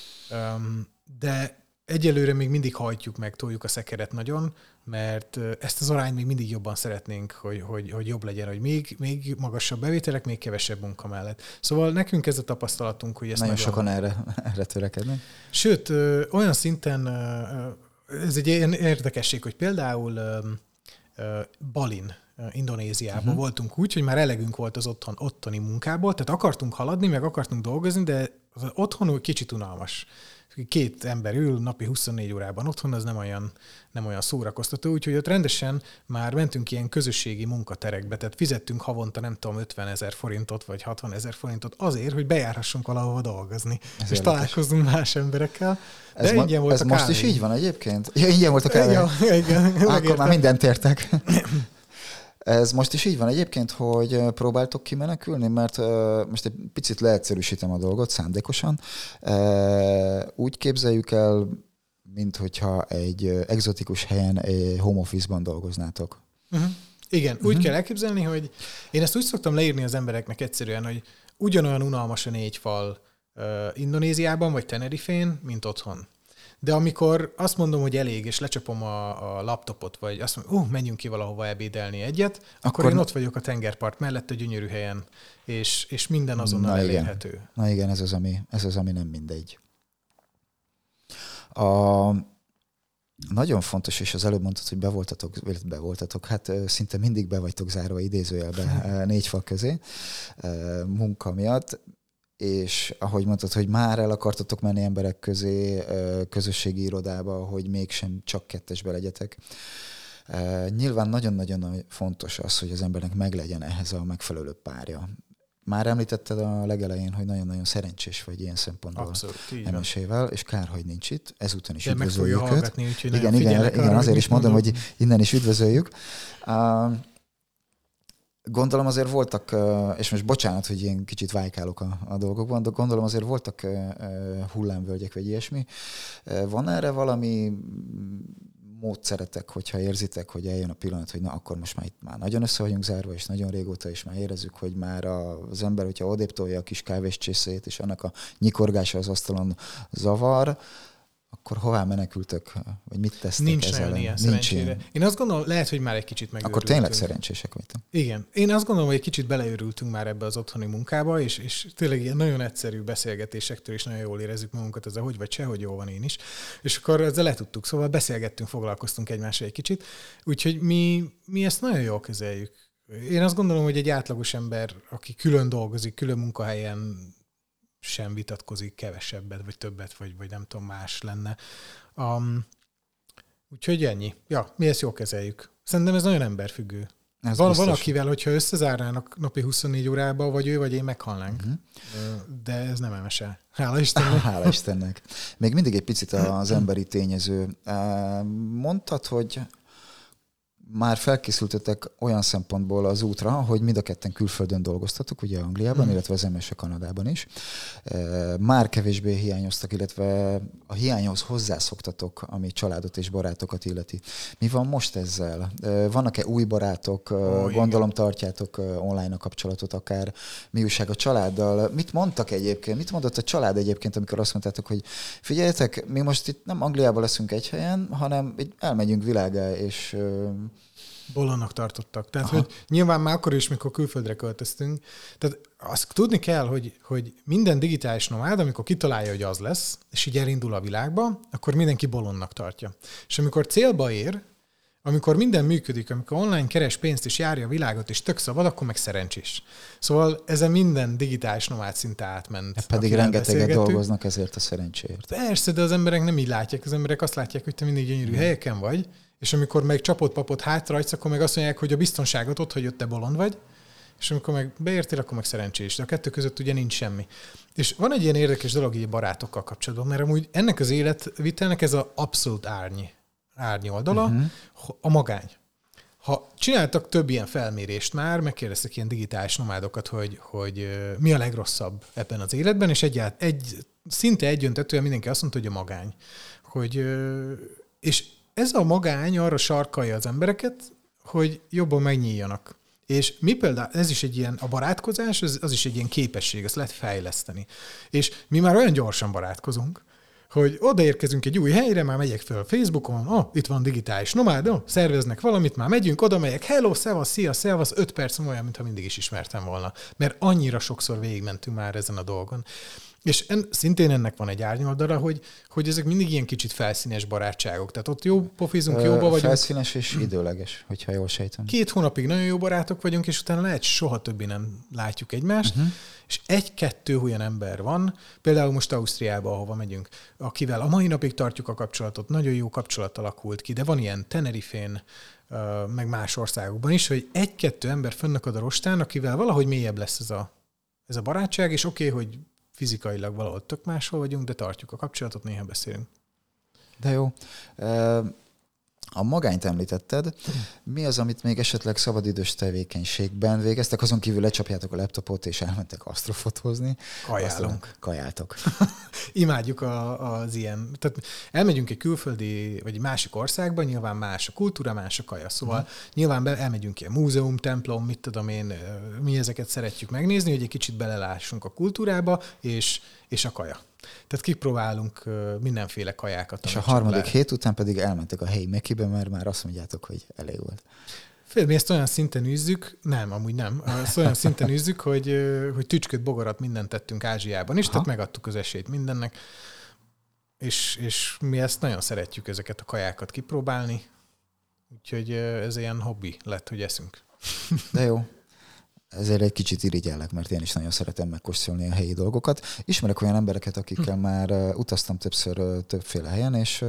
De egyelőre még mindig hajtjuk meg, toljuk a szekeret nagyon, mert ezt az arányt még mindig jobban szeretnénk, hogy, hogy, hogy jobb legyen, hogy még, még magasabb bevételek, még kevesebb munka mellett. Szóval nekünk ez a tapasztalatunk, hogy ezt nagyon nagyon... sokan erre, erre törekednek. Sőt, olyan szinten, ez egy ilyen érdekesség, hogy például Balin, Indonéziában uh-huh. voltunk úgy, hogy már elegünk volt az otthon, ottani munkából, tehát akartunk haladni, meg akartunk dolgozni, de az otthon kicsit unalmas. Két ember ül napi huszonnégy órában otthon, az nem olyan, nem olyan szórakoztató, úgyhogy ott rendesen már mentünk ilyen közösségi munkaterekbe, tehát fizettünk havonta nem tudom ötvenezer forintot vagy hatvanezer forintot azért, hogy bejárhassunk valahova dolgozni, ez és találkozzunk más emberekkel. De ez ingyen ma, volt ez a most kávé. is így van egyébként? Ja, ingyen volt a kávé. Ja, igen, akkor már mindent értek. Ez most is így van egyébként, hogy próbáltok kimenekülni, mert most egy picit leegyszerűsítem a dolgot szándékosan. Úgy képzeljük el, mint hogyha egy egzotikus helyen home office-ban dolgoznátok. Uh-huh. Igen, uh-huh. úgy kell elképzelni, hogy én ezt úgy szoktam leírni az embereknek egyszerűen, hogy ugyanolyan unalmas a négy fal Indonéziában vagy Tenerifén, mint otthon. De amikor azt mondom, hogy elég, és lecsapom a, a laptopot, vagy azt mondom, ó, uh, menjünk ki valahova ebédelni egyet, akkor, akkor én ott vagyok a tengerpart mellett, a gyönyörű helyen, és, és minden azonnal Na elérhető. Igen. Na igen, ez az, ami, ez az, ami nem mindegy. A, nagyon fontos, és az előbb mondtad, hogy be voltatok, be voltatok, hát szinte mindig be vagytok zárva idézőjelbe négy fal közé munka miatt, és ahogy mondtad, hogy már el akartatok menni emberek közé, közösségi irodába, hogy mégsem csak kettesbe legyetek. Nyilván nagyon-nagyon fontos az, hogy az embernek meglegyen ehhez a megfelelő párja. Már említetted a legelején, hogy nagyon-nagyon szerencsés vagy ilyen szempontból. Abszolút, em es-ével, és kár, hogy nincs itt. Ezúton is de üdvözöljük őt. Hallgatni, úgyhogy igen, igen, igen arra, azért is mondom, mondom, hogy innen is üdvözöljük. Uh, Gondolom azért voltak, és most bocsánat, hogy én kicsit vájkálok a, a dolgokban, de gondolom azért voltak hullámvölgyek, vagy ilyesmi. Van erre valami módszeretek, hogyha érzitek, hogy eljön a pillanat, hogy na akkor most már itt már nagyon össze vagyunk zárva, és nagyon régóta is már érezzük, hogy már az ember, hogyha odébb tolja a kis kávéscsészét, és annak a nyikorgása az asztalon zavar, akkor hová menekültök, vagy mit tesztek Nincs ezzel? nagyon ilyen, Nincs szerencsére. ilyen. Én azt gondolom, lehet, hogy már egy kicsit megőrültünk. Akkor tényleg szerencsések vagytok. Igen. Én azt gondolom, hogy egy kicsit beleőrültünk már ebbe az otthoni munkába, és, és tényleg ilyen nagyon egyszerű beszélgetésektől is nagyon jól érezzük magunkat, ez a hogy vagy se, hogy jó van én is. És akkor ezzel letudtuk, szóval beszélgettünk, foglalkoztunk egymással egy kicsit. Úgyhogy mi, mi ezt nagyon jól kezeljük. Én azt gondolom, hogy egy átlagos ember, aki külön dolgozik, külön munkahelyen sem vitatkozik kevesebbet, vagy többet, vagy, vagy nem tudom, más lenne. Um, úgyhogy ennyi. Ja, mi ezt jól kezeljük. Szerintem ez nagyon emberfüggő. Ez Van biztos. Valakivel, hogyha összezárnának napi huszonnégy órába, vagy ő, vagy én meghalnánk. Uh-huh. De ez nem emese. Hála Istennek. Hála Istennek. Még mindig egy picit az emberi tényező. Mondtad, hogy már felkészültetek olyan szempontból az útra, hogy mind a ketten külföldön dolgoztatok, ugye Angliában, mm. illetve az em es Kanadában is. Már kevésbé hiányoztak, illetve a hiányhoz hozzászoktatok, ami családot és barátokat illeti. Mi van most ezzel? Vannak-e új barátok? Oh, Gondolom igen. Tartjátok online a kapcsolatot akár. Mi újság a családdal? Mit mondtak egyébként? Mit mondott a család egyébként, amikor azt mondtátok, hogy figyeljetek, mi most itt nem Angliában leszünk egy helyen, hanem elmegyünk világá, és bolondnak tartottak. Tehát, hogy nyilván már akkor is, mikor külföldre költöztünk. Tehát azt tudni kell, hogy, hogy minden digitális nomád, amikor kitalálja, hogy az lesz, és így elindul a világba, akkor mindenki bolondnak tartja. És amikor célba ér, amikor minden működik, amikor online keres pénzt és járja a világot, és tök szabad, akkor meg szerencsés. Szóval ezen minden digitális nomád szinte átment. E pedig rengeteget dolgoznak ezért a szerencséért. Persze, de az emberek nem így látják. Az emberek azt látják, hogy te mindig gyönyörű hmm. helyeken vagy, és amikor meg csapott-papot hátraadsz, akkor meg azt mondják, hogy a biztonságot ott, hogy ott te bolond vagy, és amikor meg beértél, akkor meg szerencsés. De a kettő között ugye nincs semmi. És van egy ilyen érdekes dolog így barátokkal kapcsolatban, mert amúgy ennek az életvitelnek ez az abszolút árny, árny oldala, uh-huh. a magány. Ha csináltak több ilyen felmérést már, megkérdeztek ilyen digitális nomádokat, hogy, hogy mi a legrosszabb ebben az életben, és egyált, egy, szinte egyöntetően mindenki azt mondta, hogy a magány. Hogy, és ez a magány arra sarkalja az embereket, hogy jobban megnyíljanak. És mi például, ez is egy ilyen, a barátkozás, az, az is egy ilyen képesség, ezt lehet fejleszteni. És mi már olyan gyorsan barátkozunk, hogy odaérkezünk egy új helyre, már megyek fel a Facebookon, oh, itt van digitális nomád, oh, szerveznek valamit, már megyünk, oda megyek, hello, szevasz, szia, szevasz, öt percem olyan, mintha mindig is ismertem volna. Mert annyira sokszor végigmentünk már ezen a dolgon. És en, szintén ennek van egy árnyoldala, hogy, hogy ezek mindig ilyen kicsit felszínes barátságok. Tehát ott jó pofizunk, jóba vagyunk. Felszínes és időleges, hogyha jól sejtem. Két hónapig nagyon jó barátok vagyunk, és utána lehet soha többé nem látjuk egymást. Uh-huh. És egy-kettő olyan ember van, például most Ausztriába, ahova megyünk, akivel a mai napig tartjuk a kapcsolatot, nagyon jó kapcsolat alakult ki, de van ilyen Tenerifén, meg más országokban is, hogy egy-kettő ember fönnakad a rostán, akivel valahogy mélyebb lesz ez a, ez a barátság, és oké, okay, hogy fizikailag valahol tök máshol vagyunk, de tartjuk a kapcsolatot, néha beszélünk. De jó. A magányt említetted. Mi az, amit még esetleg szabadidős tevékenységben végeztek? Azon kívül lecsapjátok a laptopot, és elmentek asztrofotózni. Kajálunk. Kajáltok. Imádjuk a, az ilyen. Tehát elmegyünk egy külföldi, vagy egy másik országba, nyilván más a kultúra, más a kaja. Szóval uh-huh. nyilván be, elmegyünk ilyen múzeum, templom, mit tudom én, mi ezeket szeretjük megnézni, hogy egy kicsit belelássunk a kultúrába, és, és a kaja. Tehát kipróbálunk mindenféle kajákat. És a harmadik le... hét után pedig elmentek a helyi Mekibe, mert már azt mondjátok, hogy elég volt. Fél, mi ezt olyan szinten űzzük, nem, amúgy nem, ezt olyan szinten űzzük, hogy, hogy tücsköt, bogarat, mindent tettünk Ázsiában is, Aha. tehát megadtuk az esélyt mindennek, és, és mi ezt nagyon szeretjük, ezeket a kajákat kipróbálni, úgyhogy ez ilyen hobbi lett, hogy eszünk. De jó. Ezért egy kicsit irigyellek, mert én is nagyon szeretem megkóstolni a helyi dolgokat. Ismerek olyan embereket, akikkel hm. már utaztam többször többféle helyen, és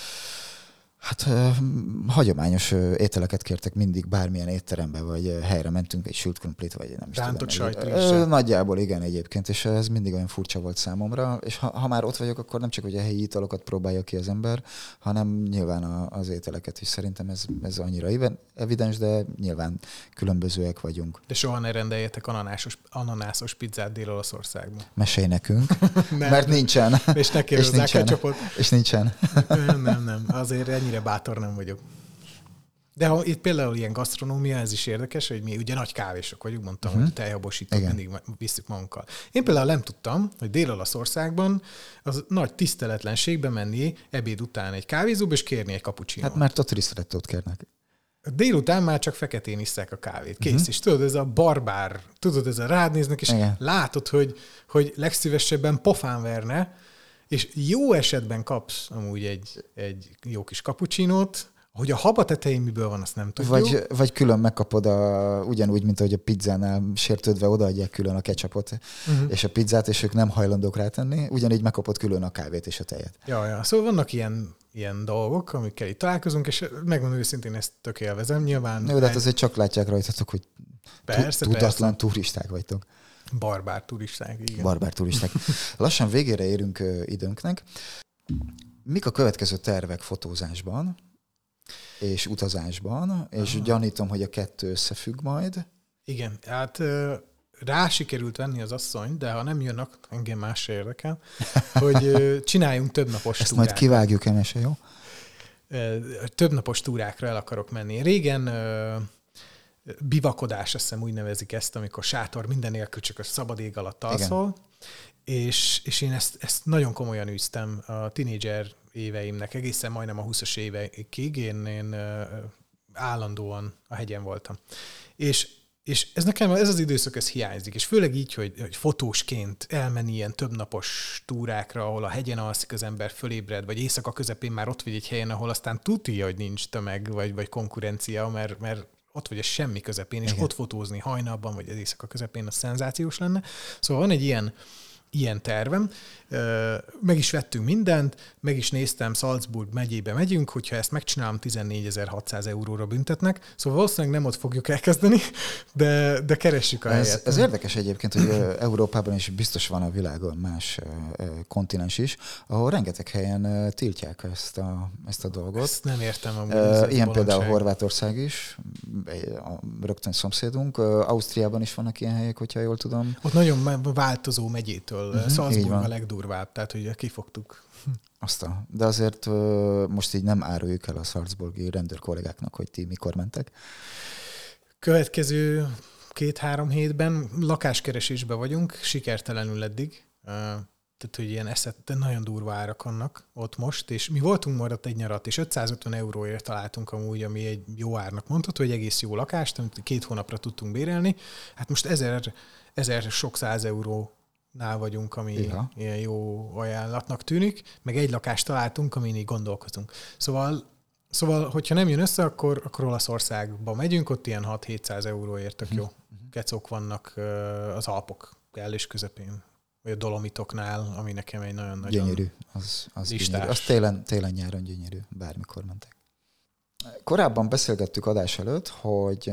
hát hagyományos ételeket kértek mindig, bármilyen étterembe, vagy helyre mentünk, egy sült krumplit, vagy nem is Rántott tudom. sajtrízsel. Nagyjából igen egyébként, és ez mindig olyan furcsa volt számomra, és ha, ha már ott vagyok, akkor nem csak, hogy a helyi italokat próbálja ki az ember, hanem nyilván a, az ételeket is. Szerintem ez, ez annyira evidens, de nyilván különbözőek vagyunk. De soha ne rendeljetek ananásos, ananászos pizzát Dél-Olaszországban. Mesélj nekünk, mert nincsen. És ne kérdezzák a ketchupot. És nincsen. Nem, nem, nem. Azért ennyire bátor nem vagyok. De ha itt például ilyen gasztronómia, ez is érdekes, hogy mi ugye nagy kávésok vagyunk, mondtam, uh-huh. hogy tejhabosítót mindig visszük magunkkal. Én például nem tudtam, hogy Dél-Olaszországban az nagy tiszteletlenségbe menni ebéd után egy kávézóba, és kérni egy cappuccinót. Hát mert ott ristrettót kérnek. Délután már csak feketén isszák a kávét. Kész. Uh-huh. És tudod, ez a barbár, tudod, ez a rád néznek, és Igen. látod, hogy, hogy legszívesebben pofán verne, és jó esetben kapsz amúgy egy, egy jó kis cappuccinót, Hogy a haba tetején miből van, azt nem tudjuk. Vagy, vagy külön megkapod a, ugyanúgy, mint ahogy a pizzánál sértődve odaadják külön a ketchupot uh-huh. és a pizzát, és ők nem hajlandók rátenni, ugyanígy megkapod külön a kávét és a tejet. Ja, ja. Szóval vannak ilyen, ilyen dolgok, amikkel itt találkozunk, és megmondom őszintén, ezt tök élvezem. Nyilván... Jó, de hát azért csak látják rajtatok, hogy persze, tudatlan persze. turisták vagytok. Barbár turisták, igen. Barbár turisták. Lassan végére érünk időnknek. Mik a következő tervek fotózásban és utazásban, és aha. gyanítom, hogy a kettő összefügg majd. Igen, hát rá sikerült venni az asszony, de ha nem jönnek, engem más se érdekel, hogy csináljunk többnapos Ezt túrát. Ezt majd kivágjuk, Emese, jó? Többnapos túrákra el akarok menni. Régen bivakodás, azt hiszem úgy nevezik ezt, amikor sátor minden nélkül csak a szabad ég alatt alszol. És, és én ezt, ezt nagyon komolyan űztem a tínédzser éveimnek, egészen majdnem a húszas évekig, én, én állandóan a hegyen voltam. És, és ez nekem, ez az időszak, ez hiányzik, és főleg így, hogy, hogy fotósként elmenni ilyen többnapos túrákra, ahol a hegyen alszik az ember, fölébred, vagy éjszaka közepén már ott vagy egy helyen, ahol aztán tudja, hogy nincs tömeg, vagy, vagy konkurencia, mert, mert ott vagy a semmi közepén, és igen. ott fotózni hajnalban, vagy az éjszaka közepén, az szenzációs lenne. Szóval van egy ilyen Ilyen tervem. Meg is vettünk mindent, meg is néztem, Salzburg megyébe megyünk, hogyha ezt megcsinálom, tizennégyezer-hatszáz euróra büntetnek, szóval valószínűleg nem ott fogjuk elkezdeni, de, de keressük a ez, helyet. Ez érdekes egyébként, hogy Európában is biztos van a világon más kontinens is, ahol rengeteg helyen tiltják ezt a, ezt a dolgot. Ezt nem értem. Amúgy, uh, ilyen például Horvátország is, rögtön szomszédunk, Ausztriában is vannak ilyen helyek, hogyha jól tudom. Ott nagyon változó megyétől. Uh-huh, Salzburg a legdurvább, tehát hogy kifogtuk. Azt a, de azért uh, most így nem áruljuk el a salzburgi rendőr kollégáknak, hogy ti mikor mentek. Következő két-három hétben lakáskeresésben vagyunk, sikertelenül eddig. Uh, tehát, hogy ilyen eszet, de nagyon durva árak vannak ott most, és mi voltunk majd ott egy nyarat, és ötszázötven euróért találtunk amúgy, ami egy jó árnak mondható, hogy egész jó lakást, amit két hónapra tudtunk bérelni. Hát most ezer, ezer sok száz euró nál vagyunk, ami ja. ilyen jó ajánlatnak tűnik, meg egy lakást találtunk, amin így gondolkozunk. Szóval, szóval hogyha nem jön össze, akkor, akkor Olaszországba megyünk, ott ilyen hat-hétszáz euróért tök jó uh-huh. kecok vannak az Alpok kellős közepén, vagy a Dolomitoknál, ami nekem egy nagyon-nagyon gyönyörű. Az, az, gyönyörű. Az télen, télen-nyáron gyönyörű, bármikor mentek. Korábban beszélgettük adás előtt, hogy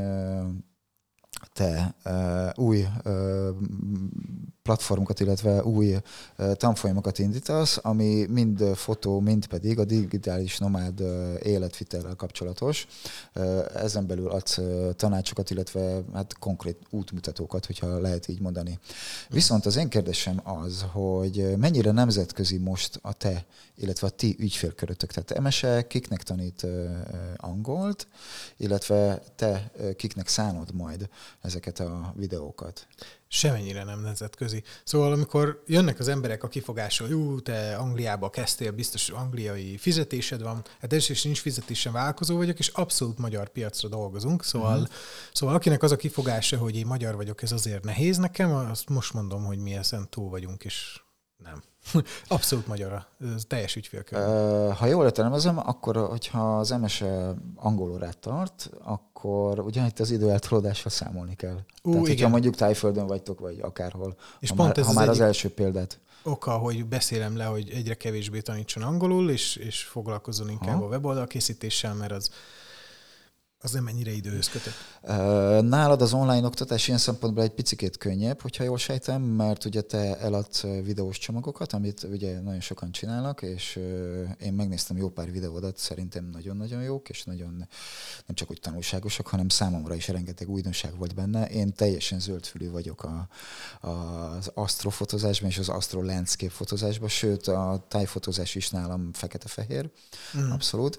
te uh, új uh, platformokat, illetve új uh, tanfolyamokat indítasz, ami mind fotó, mind pedig a digitális nomád uh, életvitellel kapcsolatos. Uh, ezen belül adsz uh, tanácsokat, illetve hát konkrét útmutatókat, hogyha lehet így mondani. Viszont az én kérdésem az, hogy mennyire nemzetközi most a te, illetve a ti ügyfélkörötök. Tehát Emese kiknek tanít uh, angolt, illetve te uh, kiknek szánod majd ezeket a videókat? Semennyire nem nemzetközi. Szóval amikor jönnek az emberek a kifogásról, jú, te Angliába kezdtél, biztos angliai fizetésed van, hát ez is nincs fizetésen, vállalkozó vagyok, és abszolút magyar piacra dolgozunk, szóval, uh-huh. szóval akinek az a kifogása, hogy én magyar vagyok, ez azért nehéz nekem, azt most mondom, hogy mi ezen túl vagyunk, és nem. Abszolút magyar, ez teljes ügyfélkör. Uh, ha jól értelmezem, akkor hogyha az Emese angol órát tart, akkor ugye itt az időeltolódással számolni kell. Uh, Tehát, hogyha mondjuk Tájföldön vagytok, vagy akárhol, és ha, pont már, ez ha az már az első példát. Oka, hogy beszélem le, hogy egyre kevésbé tanítson angolul, és, és foglalkozzon inkább ha. a weboldal készítéssel, mert az az nem ennyire időhöz kötött. Nálad az online oktatás ilyen szempontból egy picikét könnyebb, hogyha jól sejtem, mert ugye te eladsz videós csomagokat, amit ugye nagyon sokan csinálnak, és én megnéztem jó pár videódat, szerintem nagyon-nagyon jók, és nagyon nem csak úgy tanulságosak, hanem számomra is rengeteg újdonság volt benne. Én teljesen zöldfülű vagyok a, a, az asztrofotózásban és az astro landscape fotózásban, sőt a tájfotózás is nálam fekete-fehér, mm. abszolút.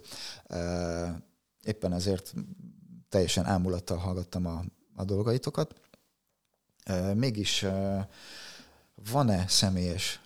Éppen ezért teljesen ámulattal hallgattam a, a dolgaitokat. Mégis van-e személyes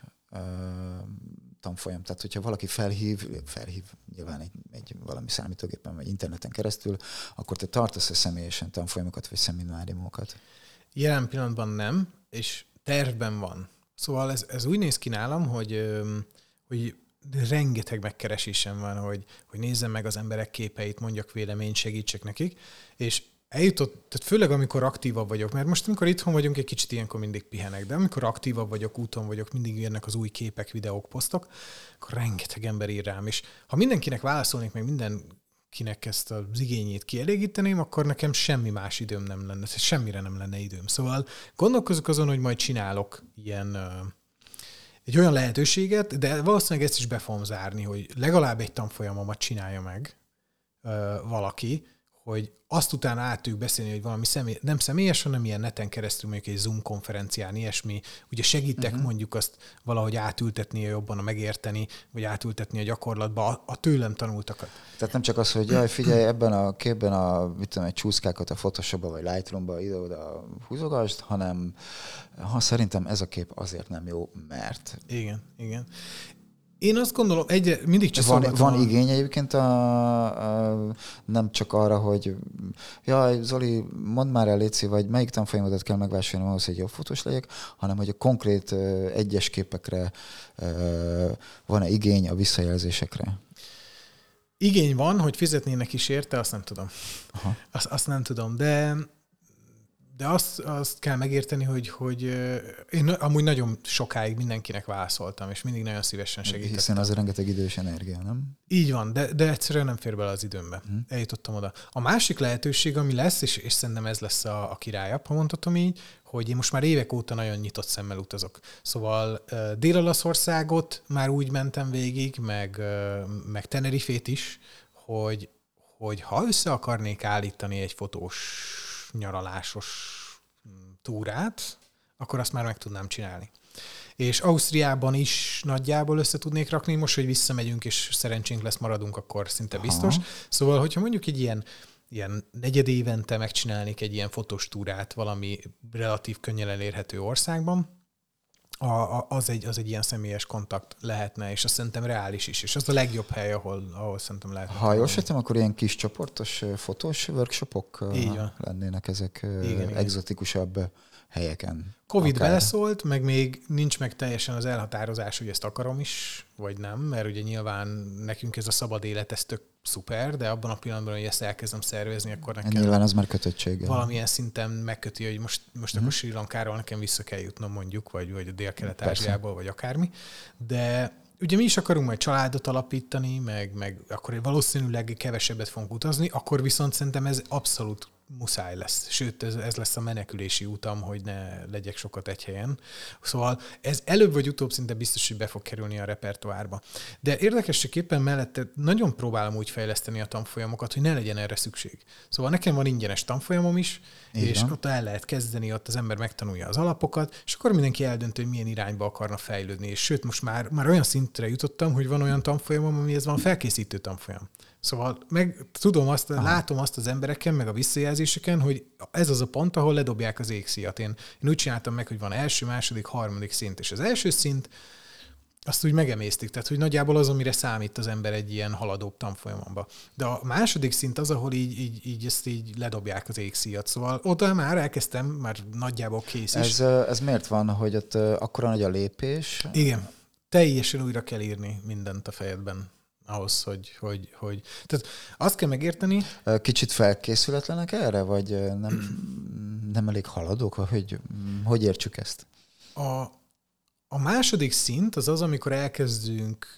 tanfolyam? Tehát, hogyha valaki felhív, felhív nyilván egy, egy valami számítógépen vagy interneten keresztül, akkor te tartasz-e személyesen tanfolyamokat vagy szemináriumokat? Jelen pillanatban nem, és tervben van. Szóval ez, ez úgy néz ki nálam, hogy, hogy de rengeteg megkeresésem van, hogy, hogy nézzem meg az emberek képeit, mondjak véleményt, segítsek nekik, és eljutott, tehát főleg amikor aktívabb vagyok, mert most amikor itthon vagyunk, egy kicsit ilyenkor mindig pihenek, de amikor aktívabb vagyok, úton vagyok, mindig jönnek az új képek, videók, posztok, akkor rengeteg ember ír rám, és ha mindenkinek válaszolnék, meg mindenkinek ezt az igényét kielégíteném, akkor nekem semmi más időm nem lenne, semmire nem lenne időm. Szóval gondolkozok azon, hogy majd csinálok ilyen egy olyan lehetőséget, de valószínűleg ezt is be fogom zárni, hogy legalább egy tanfolyamomat csinálja meg valaki, hogy azt utána át tudjuk beszélni, hogy valami személy, nem személyes, hanem ilyen neten keresztül, mondjuk egy Zoom konferencián, ilyesmi. Ugye segítek uh-huh. mondjuk azt valahogy átültetni jobban, a megérteni, vagy átültetni a gyakorlatba a, a tőlem tanultakat. Tehát nem csak az, hogy jaj, figyelj, ebben a képben a, mit tudom, egy csúszkákat a Photoshopba vagy Lightroomba ide-oda húzogasd, hanem ha szerintem ez a kép azért nem jó, mert... Igen, igen. Én azt gondolom, egyre, mindig csak van, van a... igény egyébként a, a, nem csak arra, hogy jaj, Zoli, mondd már el, Léci, vagy melyik tanfolyamodat kell megvásárolnom ahhoz, hogy jobb fotós legyek, hanem hogy a konkrét uh, egyes képekre uh, van-e igény a visszajelzésekre? Igény van, hogy fizetnének is érte, azt nem tudom. Aha. Azt, azt nem tudom, de... De azt, azt kell megérteni, hogy, hogy én amúgy nagyon sokáig mindenkinek válaszoltam, és mindig nagyon szívesen segítettem. Hiszen az rengeteg idős energia, nem? Így van, de, de egyszerűen nem fér bele az időmbe. Hmm. Eljutottam oda. A másik lehetőség, ami lesz, és, és szerintem ez lesz a, a királyabb, ha mondhatom így, hogy én most már évek óta nagyon nyitott szemmel utazok. Szóval uh, Dél-Olaszországot már úgy mentem végig, meg, uh, meg Tenerifét is, hogy, hogy ha össze akarnék állítani egy fotós nyaralásos túrát, akkor azt már meg tudnám csinálni. És Ausztriában is nagyjából össze tudnék rakni, most, hogy visszamegyünk, és szerencsénk lesz, maradunk, akkor szinte biztos. Aha. Szóval, hogyha mondjuk egy ilyen, ilyen negyed évente megcsinálnék egy ilyen fotós túrát valami relatív könnyen elérhető országban, A, a, az, egy, az egy ilyen személyes kontakt lehetne, és azt szerintem reális is, és az a legjobb hely, ahol, ahol szerintem lehet. Ha jól sejtem, akkor ilyen kis csoportos fotós workshopok lennének ezek igen, egzotikusabb igen. helyeken. Covid akár. Beleszólt, meg még nincs meg teljesen az elhatározás, hogy ezt akarom is, vagy nem, mert ugye nyilván nekünk ez a szabad élet, ez tök szuper, de abban a pillanatban, hogy ezt elkezdem szervezni, akkor nekem nyilván az már kötöttséggel. Valamilyen szinten megköti, hogy most, most mm. akkor Sri Lankáról nekem vissza kell jutnom mondjuk, vagy, vagy a Dél-Kelet-Ázsiából, vagy akármi. De ugye mi is akarunk majd családot alapítani, meg, meg akkor valószínűleg kevesebbet fogunk utazni, akkor viszont szerintem ez abszolút muszáj lesz. Sőt, ez, ez lesz a menekülési utam, hogy ne legyek sokat egy helyen. Szóval ez előbb vagy utóbb szinte biztos, hogy be fog kerülni a repertoárba. De érdekességképpen mellette nagyon próbálom úgy fejleszteni a tanfolyamokat, hogy ne legyen erre szükség. Szóval nekem van ingyenes tanfolyamom is, így és van. Ott el lehet kezdeni, ott az ember megtanulja az alapokat, és akkor mindenki eldöntő, hogy milyen irányba akarna fejlődni. És sőt, most már, már olyan szintre jutottam, hogy van olyan tanfolyamom, ami ez van felkészítő tanfolyam. Szóval meg tudom azt, Aha. látom azt az embereken, meg a visszajelzéseken, hogy ez az a pont, ahol ledobják az égszíjat. Én, én úgy csináltam meg, hogy van első, második, harmadik szint, és az első szint azt úgy megemésztik, tehát hogy nagyjából az, amire számít az ember egy ilyen haladóbb tanfolyamonba. De a második szint az, ahol így, így, így ezt így ledobják az égszíjat. Szóval oda már elkezdtem, már nagyjából kész is. Ez, ez miért van, hogy ott akkora nagy a lépés? Igen. Teljesen újra kell írni mindent a fejedben. Ahhoz, hogy, hogy, hogy... Tehát azt kell megérteni... Kicsit felkészületlenek erre, vagy nem, nem elég haladók? Hogy, hogy értsük ezt? A, a második szint az az, amikor elkezdünk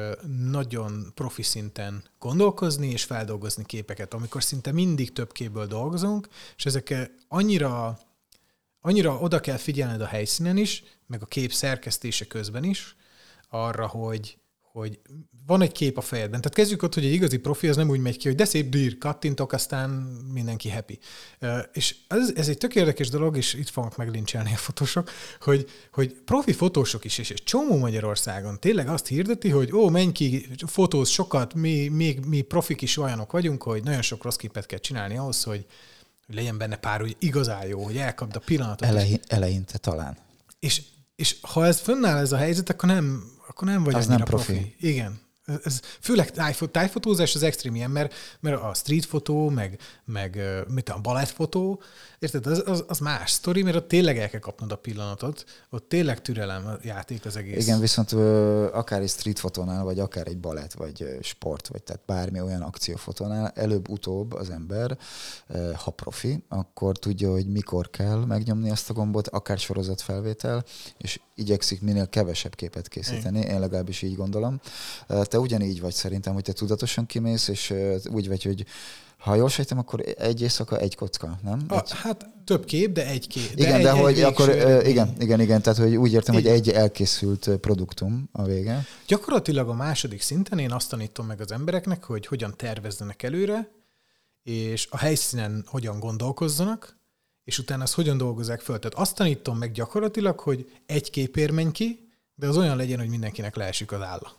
nagyon profi szinten gondolkozni és feldolgozni képeket, amikor szinte mindig több képből dolgozunk, és ezek annyira, annyira oda kell figyelned a helyszínen is, meg a kép szerkesztése közben is, arra, hogy hogy van egy kép a fejedben. Tehát kezdjük ott, hogy egy igazi profi az nem úgy megy ki, hogy de szép dír, kattintok, aztán mindenki happy. Uh, és ez, ez egy tök érdekes dolog, és itt fognak meglincselni a fotósok, hogy, hogy profi fotósok is, és egy csomó Magyarországon tényleg azt hirdeti, hogy ó, menj ki, fotóz sokat, mi, mi, mi profik is olyanok vagyunk, hogy nagyon sok rossz képet kell csinálni ahhoz, hogy, hogy legyen benne pár, hogy igazán jó, hogy elkapd a pillanatot. Elej, eleinte talán. És, és ha ez fönnáll ez a helyzet, akkor nem, akkor nem vagy az annyira nem profi. profi. Igen. Ez, főleg tájfotózás az extrém ilyen, mert, mert a street fotó, meg, meg mit a balettfotó, érted, az, az, az más sztori, mert ott tényleg el kell kapnod a pillanatot, ott tényleg türelem játék az egész. Igen, viszont ö, akár egy street fotónál, vagy akár egy balett, vagy sport, vagy tehát bármi olyan akciófotónál, előbb-utóbb az ember, ö, ha profi, akkor tudja, hogy mikor kell megnyomni ezt a gombot, akár sorozatfelvétel, és igyekszik minél kevesebb képet készíteni, én legalábbis így gondolom. Te ugyanígy vagy szerintem, hogy te tudatosan kimész, és úgy vagy, hogy ha jól sejtem, akkor egy éjszaka, egy kocka, nem? A, egy... Hát több kép, de egy kép. Igen, de, de egy, hogy egy akkor, végső, igen, igen, igen, tehát hogy úgy értem, így. hogy egy elkészült produktum a vége. Gyakorlatilag a második szinten én azt tanítom meg az embereknek, hogy hogyan tervezzenek előre, és a helyszínen hogyan gondolkozzanak, és utána azt hogyan dolgozzák föl. Tehát azt tanítom meg gyakorlatilag, hogy egy képért menj ki, de az olyan legyen, hogy mindenkinek leesik az álla.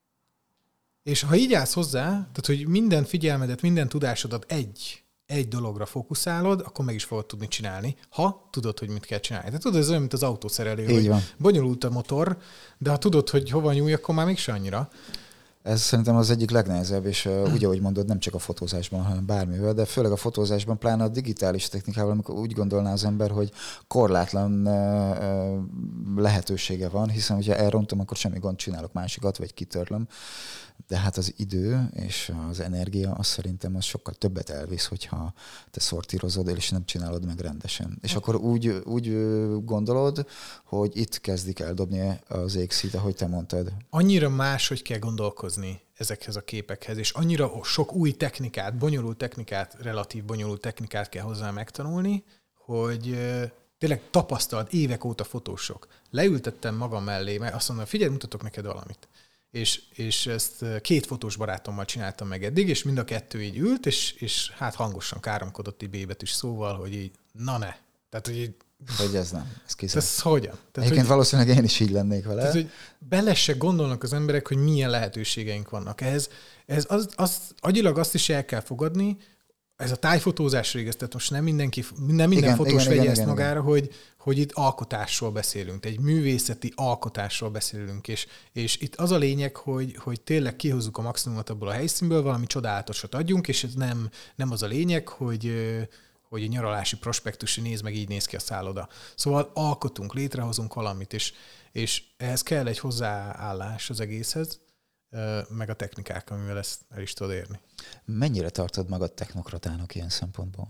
És ha így állsz hozzá, tehát hogy minden figyelmedet, minden tudásodat egy, egy dologra fókuszálod, akkor meg is fogod tudni csinálni, ha tudod, hogy mit kell csinálni. Tehát tudod, ez olyan, mint az autószerelő, így hogy van. Bonyolult a motor, de ha tudod, hogy hova nyúlj, akkor már mégse annyira. Ez szerintem az egyik legnehezebb, és uh, úgy, ahogy mondod, nem csak a fotózásban, hanem bármivel, de főleg a fotózásban, pláne a digitális technikával, amikor úgy gondolná az ember, hogy korlátlan uh, lehetősége van, hiszen hogyha elrontom, akkor semmi gond, csinálok másikat, vagy kitörlöm. De hát az idő és az energia, az szerintem az sokkal többet elvisz, hogyha te szortírozod, és nem csinálod meg rendesen. És akkor úgy, úgy gondolod, hogy itt kezdik eldobni az égszít, ahogy te mondtad. Annyira más, hogy kell gondolkozni ezekhez a képekhez, és annyira sok új technikát, bonyolult technikát, relatív bonyolult technikát kell hozzá megtanulni, hogy tényleg tapasztalt évek óta fotósok. Leültettem magam mellé, mert azt mondom, figyelj, mutatok neked valamit. És, és ezt két fotós barátommal csináltam meg eddig, és mind a kettő így ült, és, és hát hangosan káromkodott így B-betűs szóval, hogy így, na ne. Tehát, hogy így... Hogy ez nem, ez kiszak. Ez hogyan? Tehát, Egyébként hogy, valószínűleg én is így lennék vele. Tehát, hogy bele se gondolnak az emberek, hogy milyen lehetőségeink vannak. Ehhez, ez az, az, agyilag azt is el kell fogadni, ez a tájfotózás rég, tehát most nem mindenki, nem minden igen, fotós igen, vegye igen, ezt igen, magára, igen. Hogy, hogy itt alkotásról beszélünk, egy művészeti alkotásról beszélünk, és, és itt az a lényeg, hogy, hogy tényleg kihozzuk a maximumot abból a helyszínből, valami csodálatosat adjunk, és ez nem, nem az a lényeg, hogy, hogy egy nyaralási prospektus, nézd meg, így néz ki a szálloda. Szóval alkotunk, létrehozunk valamit, és, és ehhez kell egy hozzáállás az egészhez, meg a technikák, amivel ezt el is tudod érni. Mennyire tartod magad technokratának ilyen szempontból?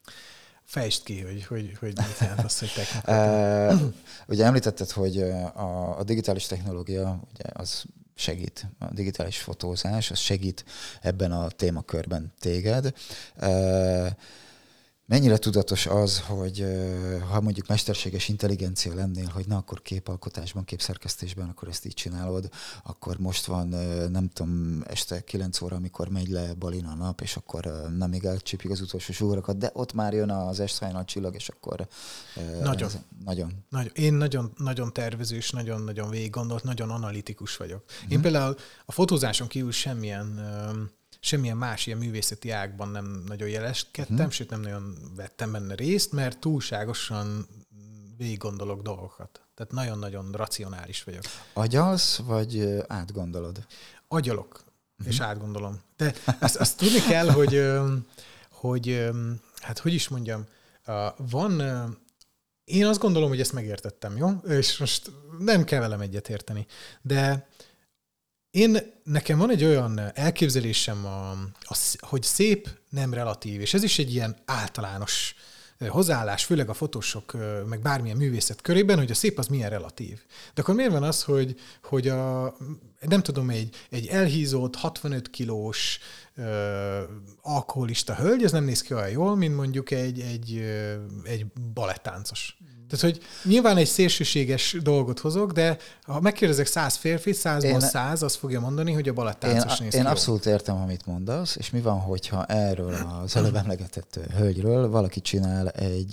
Fejtsd ki, hogy, hogy, hogy mit jelent az, hogy technokratán. uh, ugye említetted, hogy a, a digitális technológia ugye az segít, a digitális fotózás, az segít ebben a témakörben téged. Uh, Mennyire tudatos az, hogy ha mondjuk mesterséges intelligencia lennél, hogy na akkor képalkotásban, képszerkesztésben, akkor ezt így csinálod, akkor most van, nem tudom, este kilenc óra, amikor megy le balina a nap, és akkor nem még elcsípjük az utolsó súrakat, de ott már jön az esthajnal csillag, és akkor... Nagyon. Ez, nagyon. nagyon. Én nagyon, nagyon tervezős, nagyon-nagyon végig gondolt, nagyon analitikus vagyok. Hmm. Én például a fotózáson kívül semmilyen... semmilyen más ilyen művészeti ágban nem nagyon jeleskedtem, hmm. sőt nem nagyon vettem benne részt, mert túlságosan végig gondolok dolgokat. Tehát nagyon-nagyon racionális vagyok. Agyalsz, vagy átgondolod? Agyalok, hmm. és átgondolom. De azt, azt tudni kell, hogy, hogy, hát hogy is mondjam, van... Én azt gondolom, hogy ezt megértettem, jó? És most nem kell velem egyet érteni. De Én, nekem van egy olyan elképzelésem, a, a, hogy szép nem relatív, és ez is egy ilyen általános hozzáállás, főleg a fotósok, meg bármilyen művészet körében, hogy a szép az milyen relatív. De akkor miért van az, hogy, hogy a, nem tudom, egy, egy elhízott, hatvanöt kilós ö, alkoholista hölgy, ez nem néz ki olyan jól, mint mondjuk egy, egy, egy balettáncos. Tehát, hogy nyilván egy szélsőséges dolgot hozok, de ha megkérdezek száz férfit, százból száz, azt fogja mondani, hogy a balettáncos néz ki Én jól. abszolút értem, amit mondasz, és mi van, hogyha erről az előbb emlegetett hölgyről valaki csinál egy,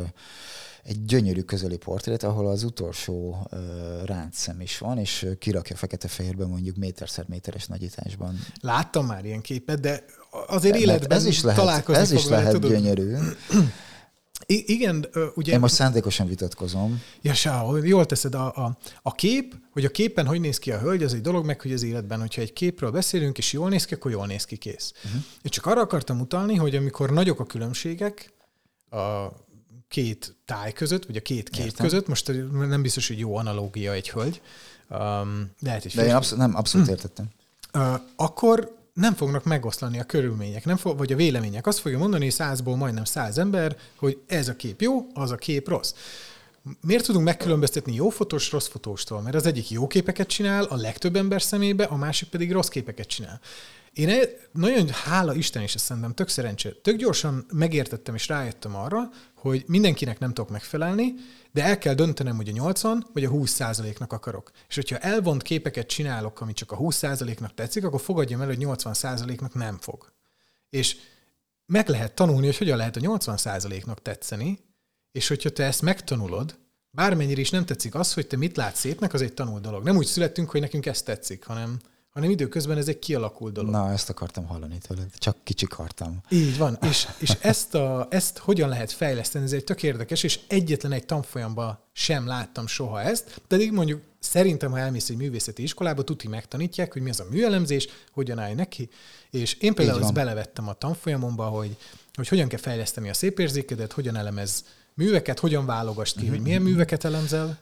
egy gyönyörű közeli portrét, ahol az utolsó ráncszem is van, és kirakja fekete-fehérben mondjuk méterszer méteres nagyításban. Láttam már ilyen képet, de azért életben ez is lehet, találkozni ez is fog lehet vele, gyönyörű. I- igen, ugye... Én most szándékosan vitatkozom. Ja, sehol, jól teszed. A, a, a kép, hogy a képen hogy néz ki a hölgy, az egy dolog, meg hogy az életben, hogyha egy képről beszélünk, és jól néz ki, akkor jól néz ki, kész. Uh-huh. Én csak arra akartam utalni, hogy amikor nagyok a különbségek a két táj között, vagy a két kép Értem. között, most nem biztos, hogy jó analógia egy hölgy, um, lehet egy De én abszol- nem, abszolút hmm. értettem. Uh, akkor nem fognak megoszlani a körülmények, nem fog, vagy a vélemények. Azt fogja mondani százból majdnem száz ember, hogy ez a kép jó, az a kép rossz. Miért tudunk megkülönböztetni jó fotós, rossz fotóstól? Mert az egyik jó képeket csinál a legtöbb ember szemébe, a másik pedig rossz képeket csinál. Én nagyon, hála Isten is, ezt szerintem tök szerencsé, tök gyorsan megértettem és rájöttem arra, hogy mindenkinek nem tudok megfelelni, de el kell döntenem, hogy a nyolcvan vagy a húsz százaléknak akarok. És hogyha elvont képeket csinálok, ami csak a húsz százaléknak tetszik, akkor fogadjam el, hogy nyolcvan százaléknak nem fog. És meg lehet tanulni, hogy hogyan lehet a nyolcvan százaléknak tetszeni, és hogyha te ezt megtanulod, bármennyire is nem tetszik az, hogy te mit látsz szépnek, az egy tanult dolog. Nem úgy születtünk, hogy nekünk ez tetszik, hanem hanem időközben ez egy kialakult dolog. Na, ezt akartam hallani tőled, csak kicsikartam. Így van, és, és ezt, a, ezt hogyan lehet fejleszteni, ez egy tök érdekes, és egyetlen egy tanfolyamban sem láttam soha ezt, pedig mondjuk szerintem, ha elmész egy művészeti iskolába, tuti megtanítják, hogy mi az a műelemzés, hogyan állj neki, és én például ezt belevettem a tanfolyamomba, hogy, hogy hogyan kell fejleszteni a szépérzékedet, hogyan elemez műveket, hogyan válogass ki, mm-hmm. hogy milyen műveket elemzel?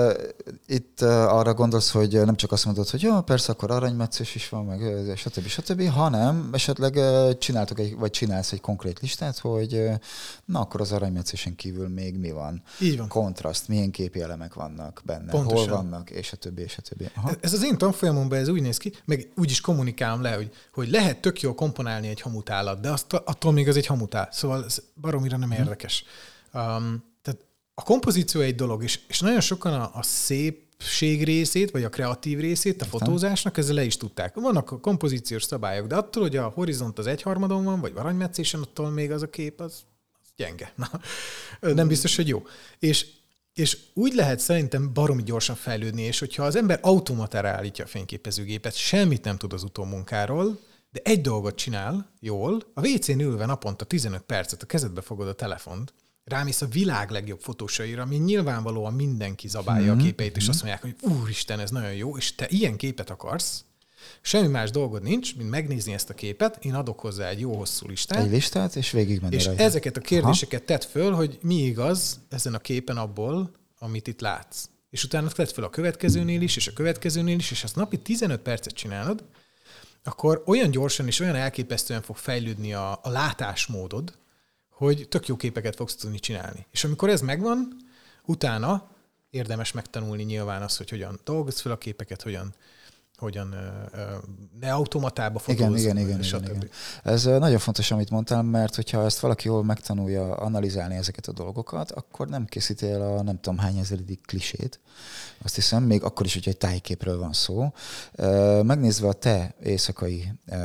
Itt arra gondolsz, hogy nem csak azt mondod, hogy jó, persze, akkor aranymetszés is van, meg stb. stb., hanem esetleg csináltok egy, vagy csinálsz egy konkrét listát, hogy na, akkor az aranymetszésen kívül még mi van? Így van. Kontraszt, milyen képi elemek vannak benne, Pontosan. hol vannak, és a többi, és a többi. Aha. Ez az én tanfolyamomban ez úgy néz ki, meg úgy is kommunikálom le, hogy, hogy lehet tök jól komponálni egy hamutálat, de azt, attól még az egy hamutál. Szóval ez baromira nem hmm. érdekes. Um, tehát a kompozíció egy dolog, és, és nagyon sokan a, a szépség részét, vagy a kreatív részét a fotózásnak ezzel le is tudták. Vannak a kompozíciós szabályok, de attól, hogy a horizont az egyharmadon van, vagy aranymetszésen, attól még az a kép az, az gyenge. Na, nem biztos, hogy jó. És, és úgy lehet szerintem baromi gyorsan fejlődni, és hogyha az ember automatára állítja a fényképezőgépet, semmit nem tud az utómunkáról, de egy dolgot csinál jól, a vécén ülve naponta tizenöt percet a kezedbe fogod a telefont, rámész a világ legjobb fotósaira, ami nyilvánvalóan mindenki zabálja mm-hmm. a képeit, és azt mondják, hogy úristen, ez nagyon jó, és te ilyen képet akarsz, semmi más dolgod nincs, mint megnézni ezt a képet, én adok hozzá egy jó hosszú listát. Egy listát, és végigmenni És rajta. ezeket a kérdéseket tedd föl, hogy mi igaz ezen a képen abból, amit itt látsz. És utána tedd föl a következőnél is, és a következőnél is, és azt napi tizenöt percet csinálod, akkor olyan gyorsan és olyan elképesztően fog fejlődni a, a látásmódod, hogy tök jó képeket fogsz tudni csinálni. És amikor ez megvan, utána érdemes megtanulni nyilván az, hogy hogyan dolgozz fel a képeket, hogyan, hogyan uh, uh, ne automatába fotózz. Igen, igen, igen, igen, igen. Ez nagyon fontos, amit mondtál, mert hogyha ezt valaki jól megtanulja analizálni ezeket a dolgokat, akkor nem készíti el a nem tudom hány ezredik klisét. Azt hiszem, még akkor is, hogyha egy tájképről van szó. Uh, megnézve a te éjszakai uh,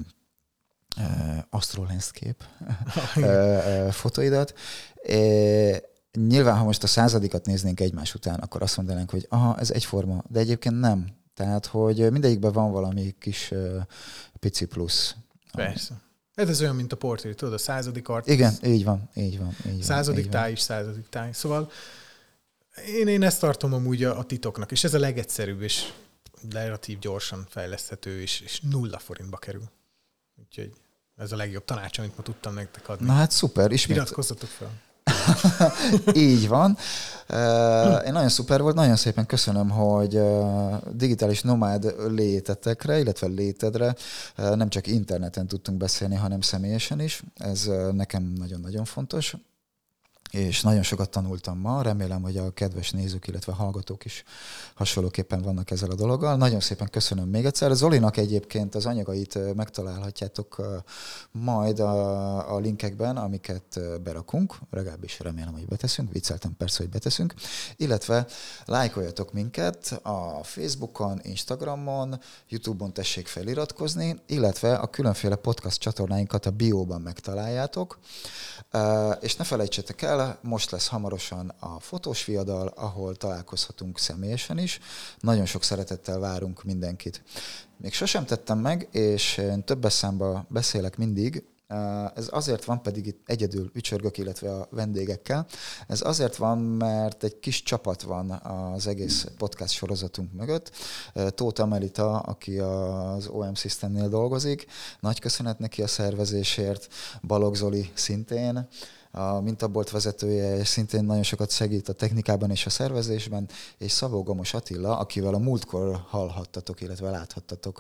Uh, Astro Landscape uh, fotóidat. Uh, nyilván, ha most a századikat néznénk egymás után, akkor azt mondanánk, hogy aha, ez egyforma, de egyébként nem. Tehát, hogy mindegyikben van valami kis uh, pici plusz. Persze. Ez, ez olyan, mint a portré, tudod, a századik art. Igen, így van, így van. Így van századik így táj van. is századik táj. Szóval én, én ezt tartom amúgy a, a titoknak, és ez a legegyszerűbb, és relatív gyorsan fejleszthető, és, és nulla forintba kerül. Úgyhogy ez a legjobb tanács, amit ma tudtam nektek adni. Na hát szuper. Ismét... Iratkozzatok fel. Így van. Uh, nagyon szuper volt, nagyon szépen köszönöm, hogy uh, digitális nomád létetekre, illetve létedre uh, nem csak interneten tudtunk beszélni, hanem személyesen is. Ez uh, nekem nagyon-nagyon fontos. És nagyon sokat tanultam ma, remélem, hogy a kedves nézők, illetve hallgatók is hasonlóképpen vannak ezzel a dologgal. Nagyon szépen köszönöm még egyszer. Zolinak egyébként az anyagait megtalálhatjátok majd a, a linkekben, amiket berakunk, legalábbis remélem, hogy beteszünk, vicceltem persze, hogy beteszünk, illetve lájkoljatok minket a Facebookon, Instagramon, YouTube-on tessék feliratkozni, illetve a különféle podcast csatornáinkat a bióban megtaláljátok. És ne felejtsetek el, most lesz hamarosan a Fotós Viadal, ahol találkozhatunk személyesen is. Nagyon sok szeretettel várunk mindenkit. Még sosem tettem meg, és én többes számba beszélek mindig, Ez azért van, pedig itt egyedül ücsörgök, illetve a vendégekkel. Ez azért van, mert egy kis csapat van az egész podcast sorozatunk mögött. Tóth Melita, aki az o em Systemnél dolgozik, nagy köszönet neki a szervezésért, Balogh Zoli szintén, a mintabolt vezetője, és szintén nagyon sokat segít a technikában és a szervezésben, és Szabó Gomos Attila, akivel a múltkor hallhattatok, illetve láthattatok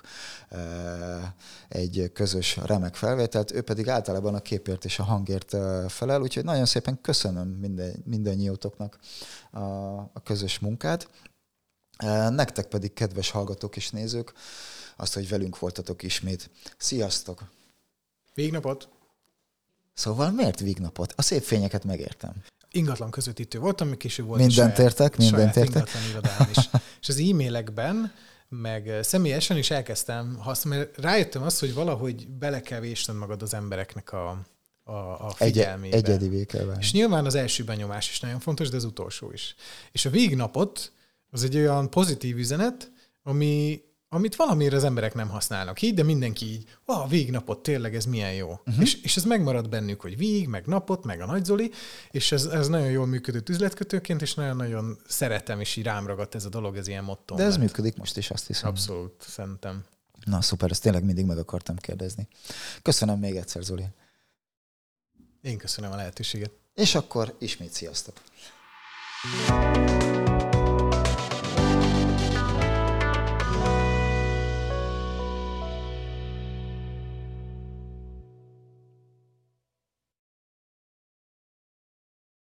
egy közös remek felvételt, ő pedig általában a képért és a hangért felel, úgyhogy nagyon szépen köszönöm minden, mindannyiótoknak a, a közös munkát. Nektek pedig, kedves hallgatók és nézők, azt, hogy velünk voltatok ismét. Sziasztok! Végnapot! Szóval miért vígnapot? A szép fényeket megértem. Ingatlan közvetítő voltam, még később volt mindent saját, értek, mindent saját értek. ingatlan irodám is. És az e-mailekben, meg személyesen is elkezdtem használni, mert rájöttem azt, hogy valahogy bele kell vésned magad az embereknek a, a, a figyelmébe. Egy, egyedivé kell válni. És nyilván az első benyomás is nagyon fontos, de az utolsó is. És a végnapot az egy olyan pozitív üzenet, ami... amit valamiért az emberek nem használnak így, de mindenki így, ah, végnapot, tényleg ez milyen jó. Uh-huh. És, és ez megmarad bennük, hogy vég, meg napot, meg a nagyzoli, és ez, ez nagyon jól működött üzletkötőként, és nagyon-nagyon szeretem, és így rám ragadt ez a dolog, ez ilyen motto. De ez lett. Működik most is, azt hiszem. Abszolút, szerintem. Na szuper, ezt tényleg mindig meg akartam kérdezni. Köszönöm még egyszer, Zoli. Én köszönöm a lehetőséget. És akkor ismét sziasztok.